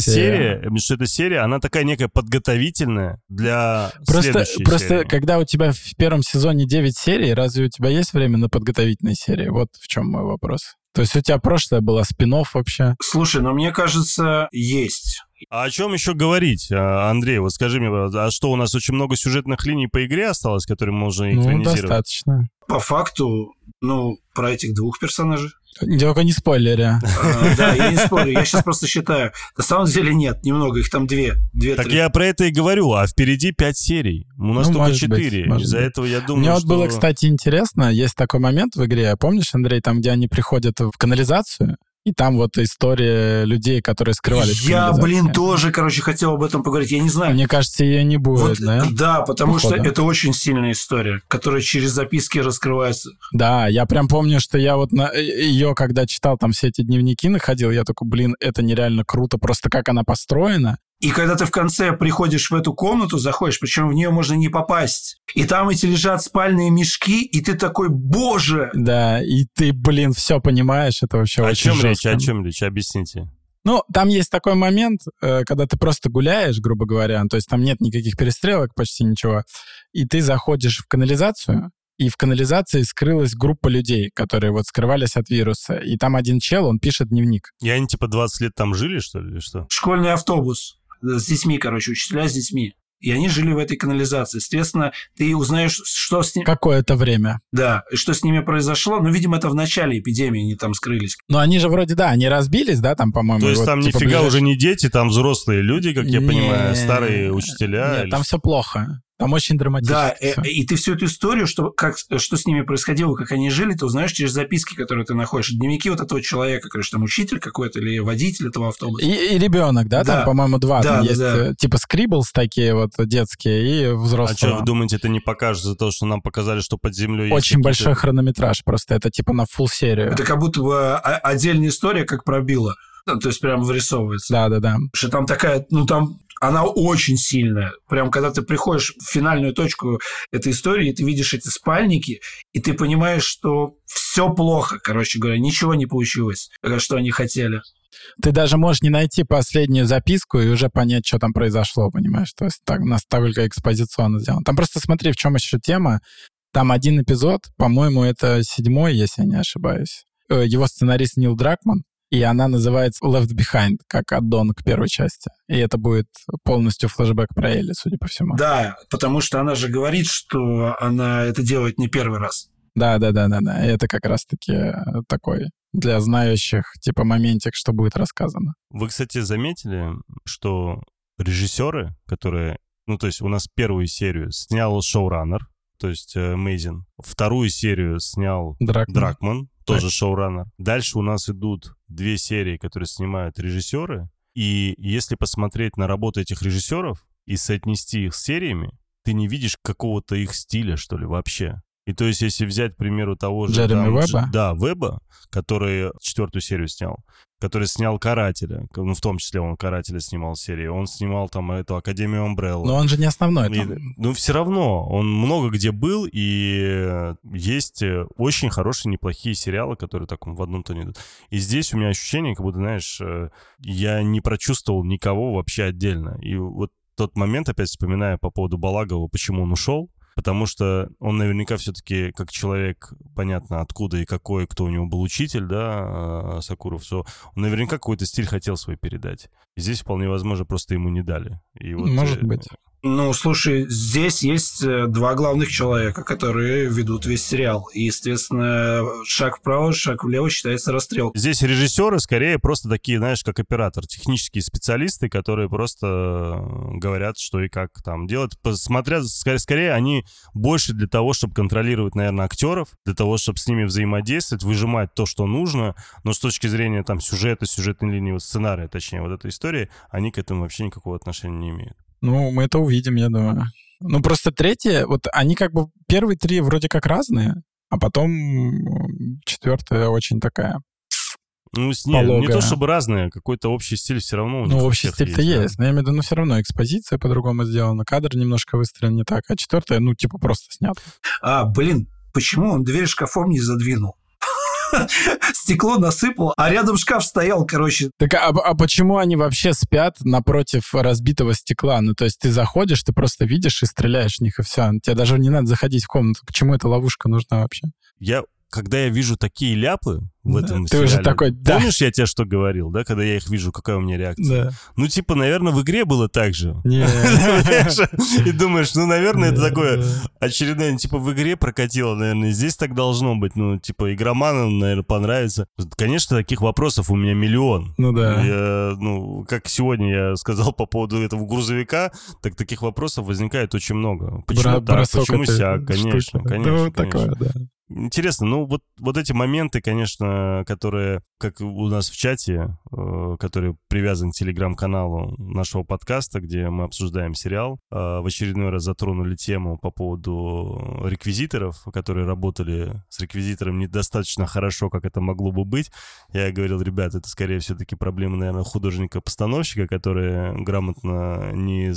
серия, она такая некая подготовительная для следующей серии. Просто когда у тебя в первом сезоне 9 серий, разве у тебя есть время на подготовительные серии? Вот в чем мой вопрос. То есть у тебя прошлое было спин-офф вообще? Слушай, ну мне кажется, есть. А о чем еще говорить, Андрей? Вот скажи мне, а что, у нас очень много сюжетных линий по игре осталось, которые можно экранизировать? Ну, достаточно. По факту, про этих двух персонажей. Только не спойлери. Да, я не спорю, я сейчас просто считаю. На самом деле нет, немного, их там две. Так я про это и говорю, а впереди 5 серий. У нас только 4. Из-за этого я думаю, Мне вот было, кстати, интересно, есть такой момент в игре, помнишь, Андрей, там, где они приходят в канализацию, и там вот история людей, которые скрывались в канализации. Я, тоже, хотел об этом поговорить. Я не знаю. Мне кажется, ее не будет, да? Да, потому что это очень сильная история, которая через записки раскрывается. Да, я прям помню, что я вот ее, когда читал там все эти дневники, находил, я такой, это нереально круто, просто как она построена. И когда ты в конце приходишь в эту комнату, заходишь, причем в нее можно не попасть, и там эти лежат спальные мешки, и ты такой, боже! Да, и ты, все понимаешь, это вообще очень жестко. О чем речь? Объясните. Ну, там есть такой момент, когда ты просто гуляешь, грубо говоря, то есть там нет никаких перестрелок, почти ничего, и ты заходишь в канализацию, и в канализации скрылась группа людей, которые вот скрывались от вируса. И там один чел, он пишет дневник. И они типа 20 лет там жили, что ли, или что? Школьный автобус с детьми, учителя с детьми. И они жили в этой канализации. Соответственно, ты узнаешь, что с ними... Какое-то время. Да, и что с ними произошло. Ну, видимо, это в начале эпидемии они там скрылись. Но они же вроде, да, они разбились, да, там, по-моему. То есть там нифига уже не дети, там взрослые люди, как я понимаю, старые учителя. Нет, там все плохо. Там очень драматично. Да, и ты всю эту историю, что с ними происходило, как они жили, ты узнаешь через записки, которые ты находишь. Дневники вот этого человека, там учитель какой-то или водитель этого автобуса. И ребенок, да? Там, по-моему, два. Да, там есть типа скрибблс такие вот детские и взрослые. А что, вы думаете, это не покажет за то, что нам показали, что под землей есть очень большой хронометраж просто. Это типа на фулл серию. Это как будто бы отдельная история, как пробила. То есть прям вырисовывается. Да. Что там такая, там... Она очень сильная. Прям когда ты приходишь в финальную точку этой истории, ты видишь эти спальники, и ты понимаешь, что все плохо, говоря, ничего не получилось, что они хотели. Ты даже можешь не найти последнюю записку и уже понять, что там произошло, понимаешь? То есть у нас только экспозиционно сделано. Там просто смотри, в чем еще тема. Там один эпизод, по-моему, это 7-й, если я не ошибаюсь. Его сценарист Нил Дракман. И она называется Left Behind, как аддон к первой части. И это будет полностью флешбэк про Элли, судя по всему. Да, потому что она же говорит, что она это делает не первый раз. Да. И это как раз-таки такой для знающих типа моментик, что будет рассказано. Вы, кстати, заметили, что режиссеры, которые... то есть у нас первую серию снял шоураннер, то есть Мейзин. Вторую серию снял Дракман. Тоже шоураннер. Дальше у нас идут 2 серии, которые снимают режиссеры. И если посмотреть на работу этих режиссеров и соотнести их с сериями, ты не видишь какого-то их стиля, что ли, вообще. И то есть, если взять, к примеру, того же... Джереми Уэбба? Да, Веба, который 4-ю серию снял, который снял «Карателя», ну, в том числе он «Карателя» снимал серию, он снимал там эту «Академию Амбрелла». Но он же не основной там. Ну, все равно, он много где был, и есть очень хорошие, неплохие сериалы, которые так в одном тоне идут. И здесь у меня ощущение, как будто, знаешь, я не прочувствовал никого вообще отдельно. И вот тот момент, опять вспоминая по поводу Балагова, почему он ушел, потому что он наверняка все-таки, как человек, понятно, откуда и какой, кто у него был учитель, да, Сакуров, он наверняка какой-то стиль хотел свой передать. И здесь вполне возможно, просто ему не дали. И вот, может быть. Ну, слушай, здесь есть два главных человека, которые ведут весь сериал. И, естественно, шаг вправо, шаг влево считается расстрел. Здесь режиссеры скорее просто такие, знаешь, как оператор, технические специалисты, которые просто говорят, что и как там делать. Смотря, скорее они больше для того, чтобы контролировать, наверное, актеров, для того, чтобы с ними взаимодействовать, выжимать то, что нужно, но с точки зрения там сюжета, сюжетной линии, вот сценария, точнее, вот этой истории, они к этому вообще никакого отношения не имеют. Ну, мы это увидим, я думаю. Ну, просто третья, вот они как бы, первые три вроде как разные, а потом 4-я очень такая ну, не то чтобы разные, какой-то общий стиль все равно у них. Ну, общий стиль-то есть, но я имею в виду, все равно экспозиция по-другому сделана, кадр немножко выстроен не так, а 4-я, ну, типа, просто снят. Блин, почему он дверь шкафом не задвинул? Стекло насыпал, а рядом шкаф стоял, короче. Так, а почему они вообще спят напротив разбитого стекла? Ну, то есть ты заходишь, ты просто видишь и стреляешь в них, и все. Тебе даже не надо заходить в комнату. К чему эта ловушка нужна вообще? Когда я вижу такие ляпы в этом ты сериале... уже такой, да. Помнишь, я тебе что говорил, да? Когда я их вижу, какая у меня реакция? Да. Ну, типа, наверное, в игре было так же. Не. И думаешь, ну, наверное, это такое очередное, типа, в игре прокатило, наверное. Здесь так должно быть. Ну, типа, игроманам, наверное, понравится. Конечно, таких вопросов у меня миллион. Ну, да. Как сегодня я сказал по поводу этого грузовика, так таких вопросов возникает очень много. Почему так? Почему сяк? Конечно. Такое, да. Интересно, ну вот эти моменты, конечно, которые, как у нас в чате, который привязан к телеграм-каналу нашего подкаста, где мы обсуждаем сериал, в очередной раз затронули тему по поводу реквизиторов, которые работали с реквизитором недостаточно хорошо, как это могло бы быть. Я говорил, ребят, это скорее все-таки проблема, наверное, художника-постановщика, который грамотно не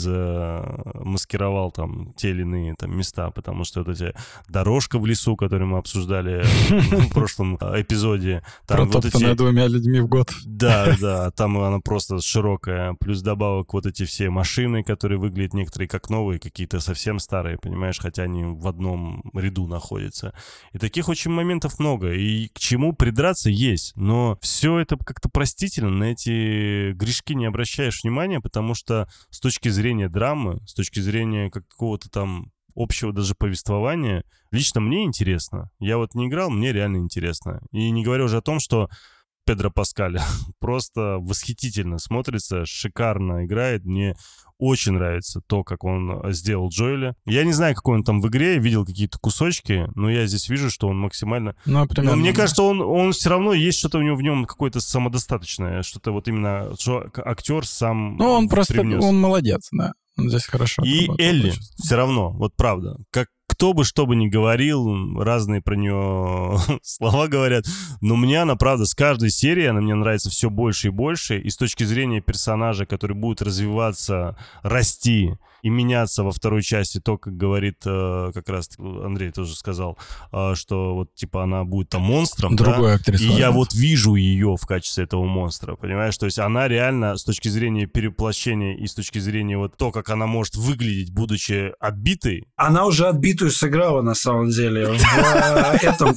замаскировал там те или иные там места, потому что вот эти дорожка в лесу, которую мы обсуждали в прошлом эпизоде. Протоптанная 2 людьми в год. Да, там она просто широкая. Плюс добавок вот эти все машины, которые выглядят некоторые как новые, какие-то совсем старые, понимаешь, хотя они в одном ряду находятся. И таких очень моментов много. И к чему придраться есть. Но все это как-то простительно. На эти грешки не обращаешь внимания, потому что с точки зрения драмы, с точки зрения какого-то там общего даже повествования, лично мне интересно. Я вот не играл, мне реально интересно. И не говорю уже о том, что Педро Паскаль просто восхитительно смотрится, шикарно играет. Мне очень нравится то, как он сделал Джоэля. Я не знаю, какой он там в игре, видел какие-то кусочки, но я здесь вижу, что он максимально... Но мне кажется, он все равно есть что-то у него в нем какое-то самодостаточное, что-то вот именно, что актер сам Ну, он просто, привнес. Он молодец, да. Он здесь хорошо. И Элли все равно, вот правда, кто бы что бы ни говорил, разные про нее слова говорят, но мне она, правда, с каждой серии она мне нравится все больше и больше, и с точки зрения персонажа, который будет развиваться, расти и меняться во второй части, то, как говорит, как раз Андрей тоже сказал, что вот, типа, она будет там монстром, другой да? Актрису, и я вот вижу ее в качестве этого монстра, понимаешь? То есть она реально с точки зрения перевоплощения и с точки зрения вот то, как она может выглядеть, будучи отбитой. Она уже отбитую сыграла, на самом деле, в этом,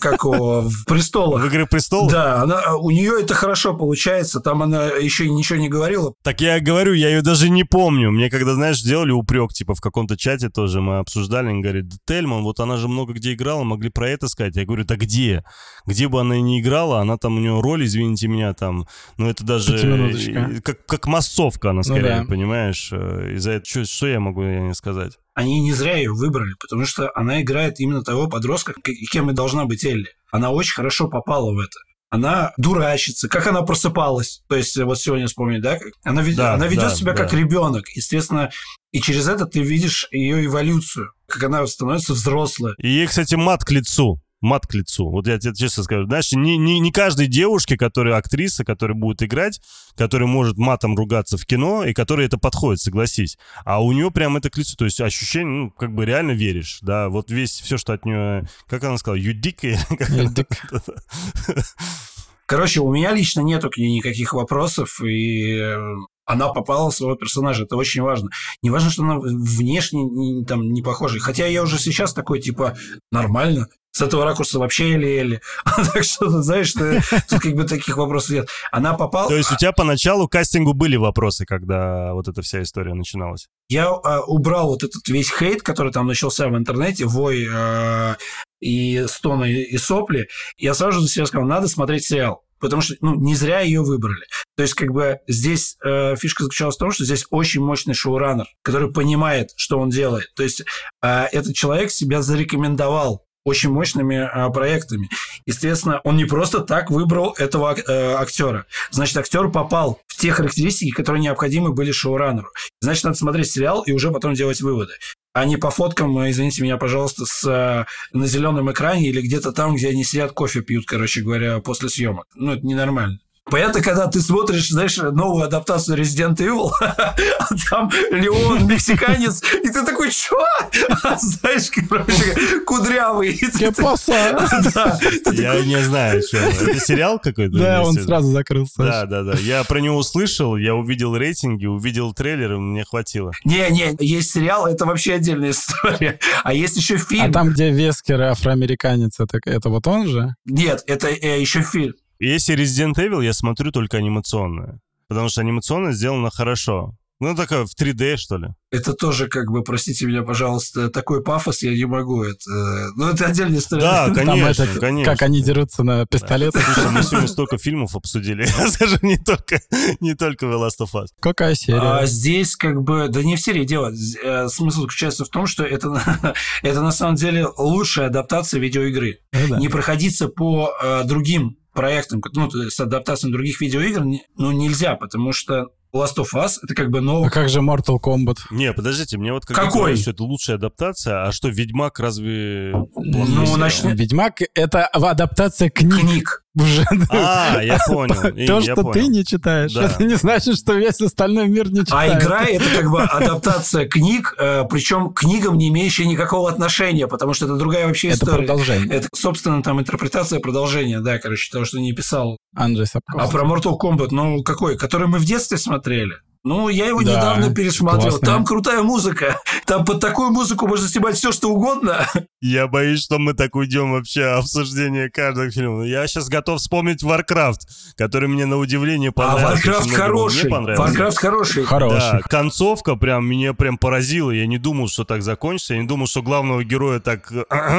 в «Престолах». В «Игре престолов»? Да, у нее это хорошо получается, там она еще ничего не говорила. Так я говорю, я ее даже не помню. Мне когда, знаешь, сделали упрек, типа, в каком-то чате тоже мы обсуждали, они говорят, да Тельман, вот она же много где играла, могли про это сказать. Я говорю, да где? Где бы она и не играла, она там, у нее роль, извините меня, там, ну это даже как массовка она скорее, понимаешь? Из-за этого, что я могу сказать? Они не зря ее выбрали, потому что она играет именно того подростка, кем и должна быть Элли. Она очень хорошо попала в это. она дурачится, как она просыпалась. То есть вот сегодня вспомнили, да? Она ведет себя как ребенок. Естественно, и через это ты видишь ее эволюцию, как она становится взрослой. И ей, кстати, мат к лицу. Вот я тебе честно скажу. Знаешь, не каждой девушке, которая актриса, которая будет играть, которая может матом ругаться в кино, и которой это подходит, согласись. А у нее прям это к лицу. То есть ощущение, как бы реально веришь. Да, вот все, что от нее... Как она сказала? Юдик? Короче, у меня лично нету к ней никаких вопросов, и... Она попала в своего персонажа, это очень важно. Не важно, что она внешне не похожа. Хотя я уже сейчас такой, типа, нормально. С этого ракурса вообще еле-еле. Так что, знаешь, тут как бы таких вопросов нет. Она попала... То есть у тебя поначалу к кастингу были вопросы, когда вот эта вся история начиналась? Я убрал вот этот весь хейт, который там начался в интернете, вой и стоны и сопли. Я сразу же для себя сказал, надо смотреть сериал. Потому что, не зря ее выбрали. То есть, как бы, здесь фишка заключалась в том, что здесь очень мощный шоураннер, который понимает, что он делает. То есть, этот человек себя зарекомендовал очень мощными проектами. Естественно, он не просто так выбрал этого актера. Значит, актер попал в те характеристики, которые необходимы были шоураннеру. Значит, надо смотреть сериал и уже потом делать выводы. А не по фоткам, извините меня, пожалуйста, на зеленом экране или где-то там, где они сидят, кофе пьют, короче говоря, после съемок. Это ненормально. Понятно, когда ты смотришь, знаешь, новую адаптацию Resident Evil, а там Леон, мексиканец, и ты такой, чё? Знаешь, короче, кудрявый. Я не знаю, что. Это сериал какой-то? Да, он сразу закрылся. Да. Я про него услышал, я увидел рейтинги, увидел трейлеры, мне хватило. Не, есть сериал, это вообще отдельная история. А есть еще фильм. А там, где Вескер афроамериканец, это вот он же? Нет, это еще фильм. Если Resident Evil, я смотрю только анимационное. Потому что анимационно сделано хорошо. Такое в 3D, что ли. Это тоже, как бы, простите меня, пожалуйста, такой пафос я не могу. Это отдельная история. Да, конечно, конечно. Как они дерутся на пистолет. Слушай, мы сегодня столько фильмов обсудили. Я скажу, не только The Last of Us. Какая серия? Здесь, как бы, да не в серии дело. Смысл заключается в том, что это на самом деле лучшая адаптация видеоигры. Не проходиться по другим проектам, то есть адаптацией других видеоигр, нельзя, потому что Last of Us — это как бы новый... А как же Mortal Kombat? Не, подождите, мне вот какой? Что это лучшая адаптация, а что, Ведьмак разве... Ведьмак — это адаптация книг. Я понял. То, что ты не читаешь, это не значит, что весь остальной мир не читает. А игра — это как бы адаптация книг, причем к книгам, не имеющие никакого отношения, потому что это другая вообще история. Это продолжение. Это, собственно, там интерпретация продолжения, да, того, что не писал. Анджей Сапковский. А про Mortal Kombat, какой? Который мы в детстве смотрели. Я его недавно пересматривал. Классная. Там крутая музыка. Там под такую музыку можно снимать все, что угодно. Я боюсь, что мы так уйдем вообще обсуждение каждого фильма. Я сейчас готов вспомнить Warcraft, который мне на удивление понравился. А Warcraft хороший. Warcraft хороший. Да, концовка меня поразила. Я не думал, что так закончится. Я не думал, что главного героя так...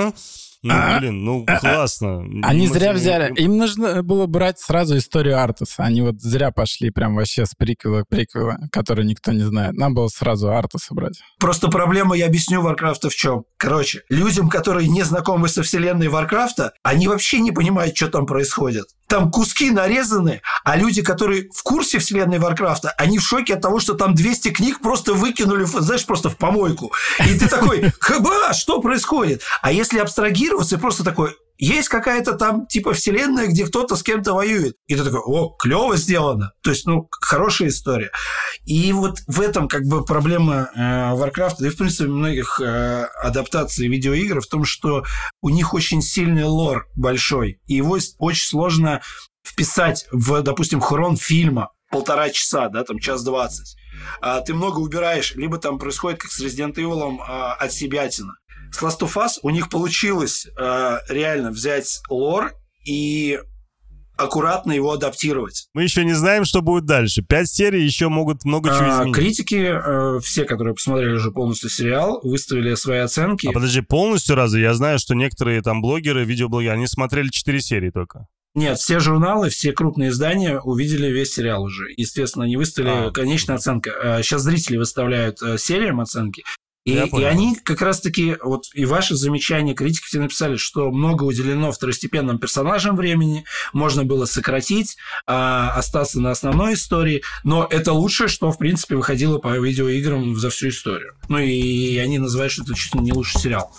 классно. Они зря взяли. Им нужно было брать сразу историю Артуса. Они вот зря пошли прям вообще с приквела, который никто не знает. Нам было сразу Артуса брать. Просто проблема, я объясню, Варкрафта в чем. Короче, людям, которые не знакомы со вселенной Варкрафта, они вообще не понимают, что там происходит. Там куски нарезаны, а люди, которые в курсе вселенной Варкрафта, они в шоке от того, что там 200 книг просто выкинули, знаешь, просто в помойку. И ты такой, что происходит? А если абстрагироваться, просто такой... Есть какая-то там типа вселенная, где кто-то с кем-то воюет. И ты такой, клево сделано. То есть, хорошая история. И вот в этом как бы проблема Warcraft, да и в принципе многих адаптаций видеоигр в том, что у них очень сильный лор большой. И его очень сложно вписать в, допустим, хрон фильма 1,5 часа, да, там 1:20. Ты много убираешь, либо там происходит, как с Resident Evil, отсебятина. С Last of Us у них получилось реально взять лор и аккуратно его адаптировать. Мы еще не знаем, что будет дальше. 5 серий еще могут много чего изменить. Критики, все, которые посмотрели уже полностью сериал, выставили свои оценки. А подожди, полностью разве? Я знаю, что некоторые там блогеры, видеоблогеры, они смотрели 4 серии только. Нет, все журналы, все крупные издания увидели весь сериал уже. Естественно, они выставили конечную оценку. Сейчас зрители выставляют сериям оценки. И они как раз-таки, вот и ваши замечания, критики все написали, что много уделено второстепенным персонажам времени, можно было сократить, остаться на основной истории, но это лучшее, что, в принципе, выходило по видеоиграм за всю историю. Ну и они называют, что это чуть ли не лучший сериал.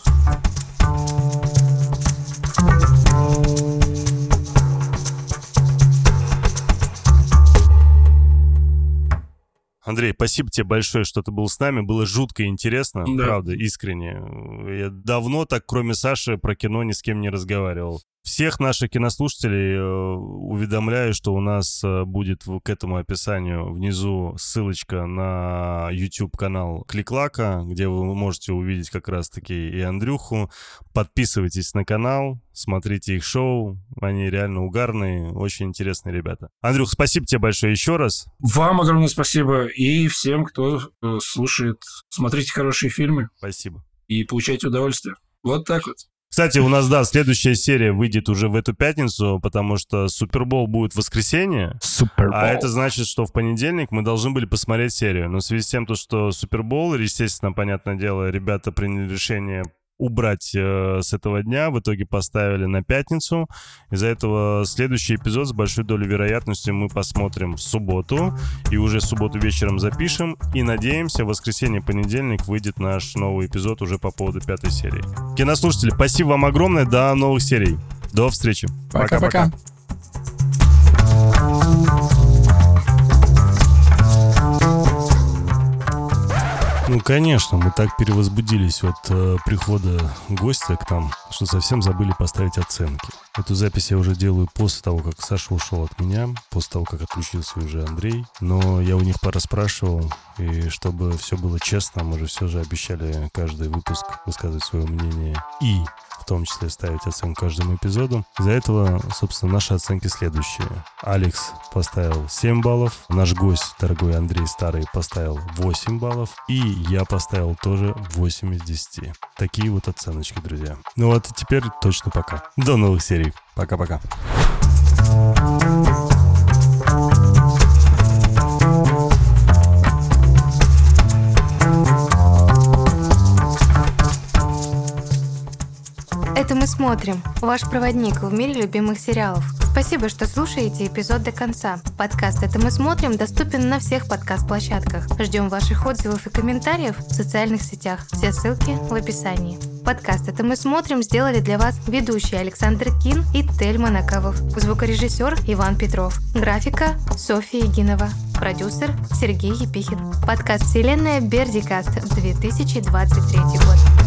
Андрей, спасибо тебе большое, что ты был с нами. Было жутко интересно, да. Правда, искренне. Я давно так, кроме Саши, про кино ни с кем не разговаривал. Всех наших кинослушателей уведомляю, что у нас будет к этому описанию внизу ссылочка на YouTube-канал Кликлака, где вы можете увидеть как раз-таки и Андрюху. Подписывайтесь на канал, смотрите их шоу. Они реально угарные, очень интересные ребята. Андрюх, спасибо тебе большое еще раз. Вам огромное спасибо. И всем, кто слушает, смотрите хорошие фильмы. Спасибо. И получайте удовольствие. Вот так вот. Кстати, у нас, да, следующая серия выйдет уже в эту пятницу, потому что Супербол будет в воскресенье. Супербол. А это значит, что в понедельник мы должны были посмотреть серию. Но в связи с тем, что Супербол, естественно, понятное дело, ребята приняли решение убрать с этого дня, в итоге поставили на пятницу. Из-за этого следующий эпизод с большой долей вероятности мы посмотрим в субботу, и уже в субботу вечером запишем, и надеемся, в воскресенье-понедельник выйдет наш новый эпизод уже по поводу 5-й серии. Кинослушатели, спасибо вам огромное, до новых серий. До встречи. Пока-пока. Ну, конечно, мы так перевозбудились от прихода гостя к нам, что совсем забыли поставить оценки. Эту запись я уже делаю после того, как Саша ушел от меня, после того, как отключился уже Андрей. Но я у них пораспрашивал, и чтобы все было честно, мы же все же обещали каждый выпуск высказывать свое мнение и в том числе ставить оценку каждому эпизоду. Из-за этого, собственно, наши оценки следующие. Алекс поставил 7 баллов, наш гость, дорогой Андрей Старый, поставил 8 баллов, и я поставил тоже 8 из 10. Такие вот оценочки, друзья. Ну вот, теперь точно пока. До новых серий. Пока-пока. Это мы смотрим. Ваш проводник в мире любимых сериалов. Спасибо, что слушаете эпизод до конца. Подкаст «Это мы смотрим» доступен на всех подкаст-площадках. Ждем ваших отзывов и комментариев в социальных сетях. Все ссылки в описании. Подкаст «Это мы смотрим» сделали для вас ведущие Александр Кин и Тельма Накавов. Звукорежиссер Иван Петров. Графика Софья Егинова. Продюсер Сергей Епихин. Подкаст «Вселенная Бердикаст» 2023 год.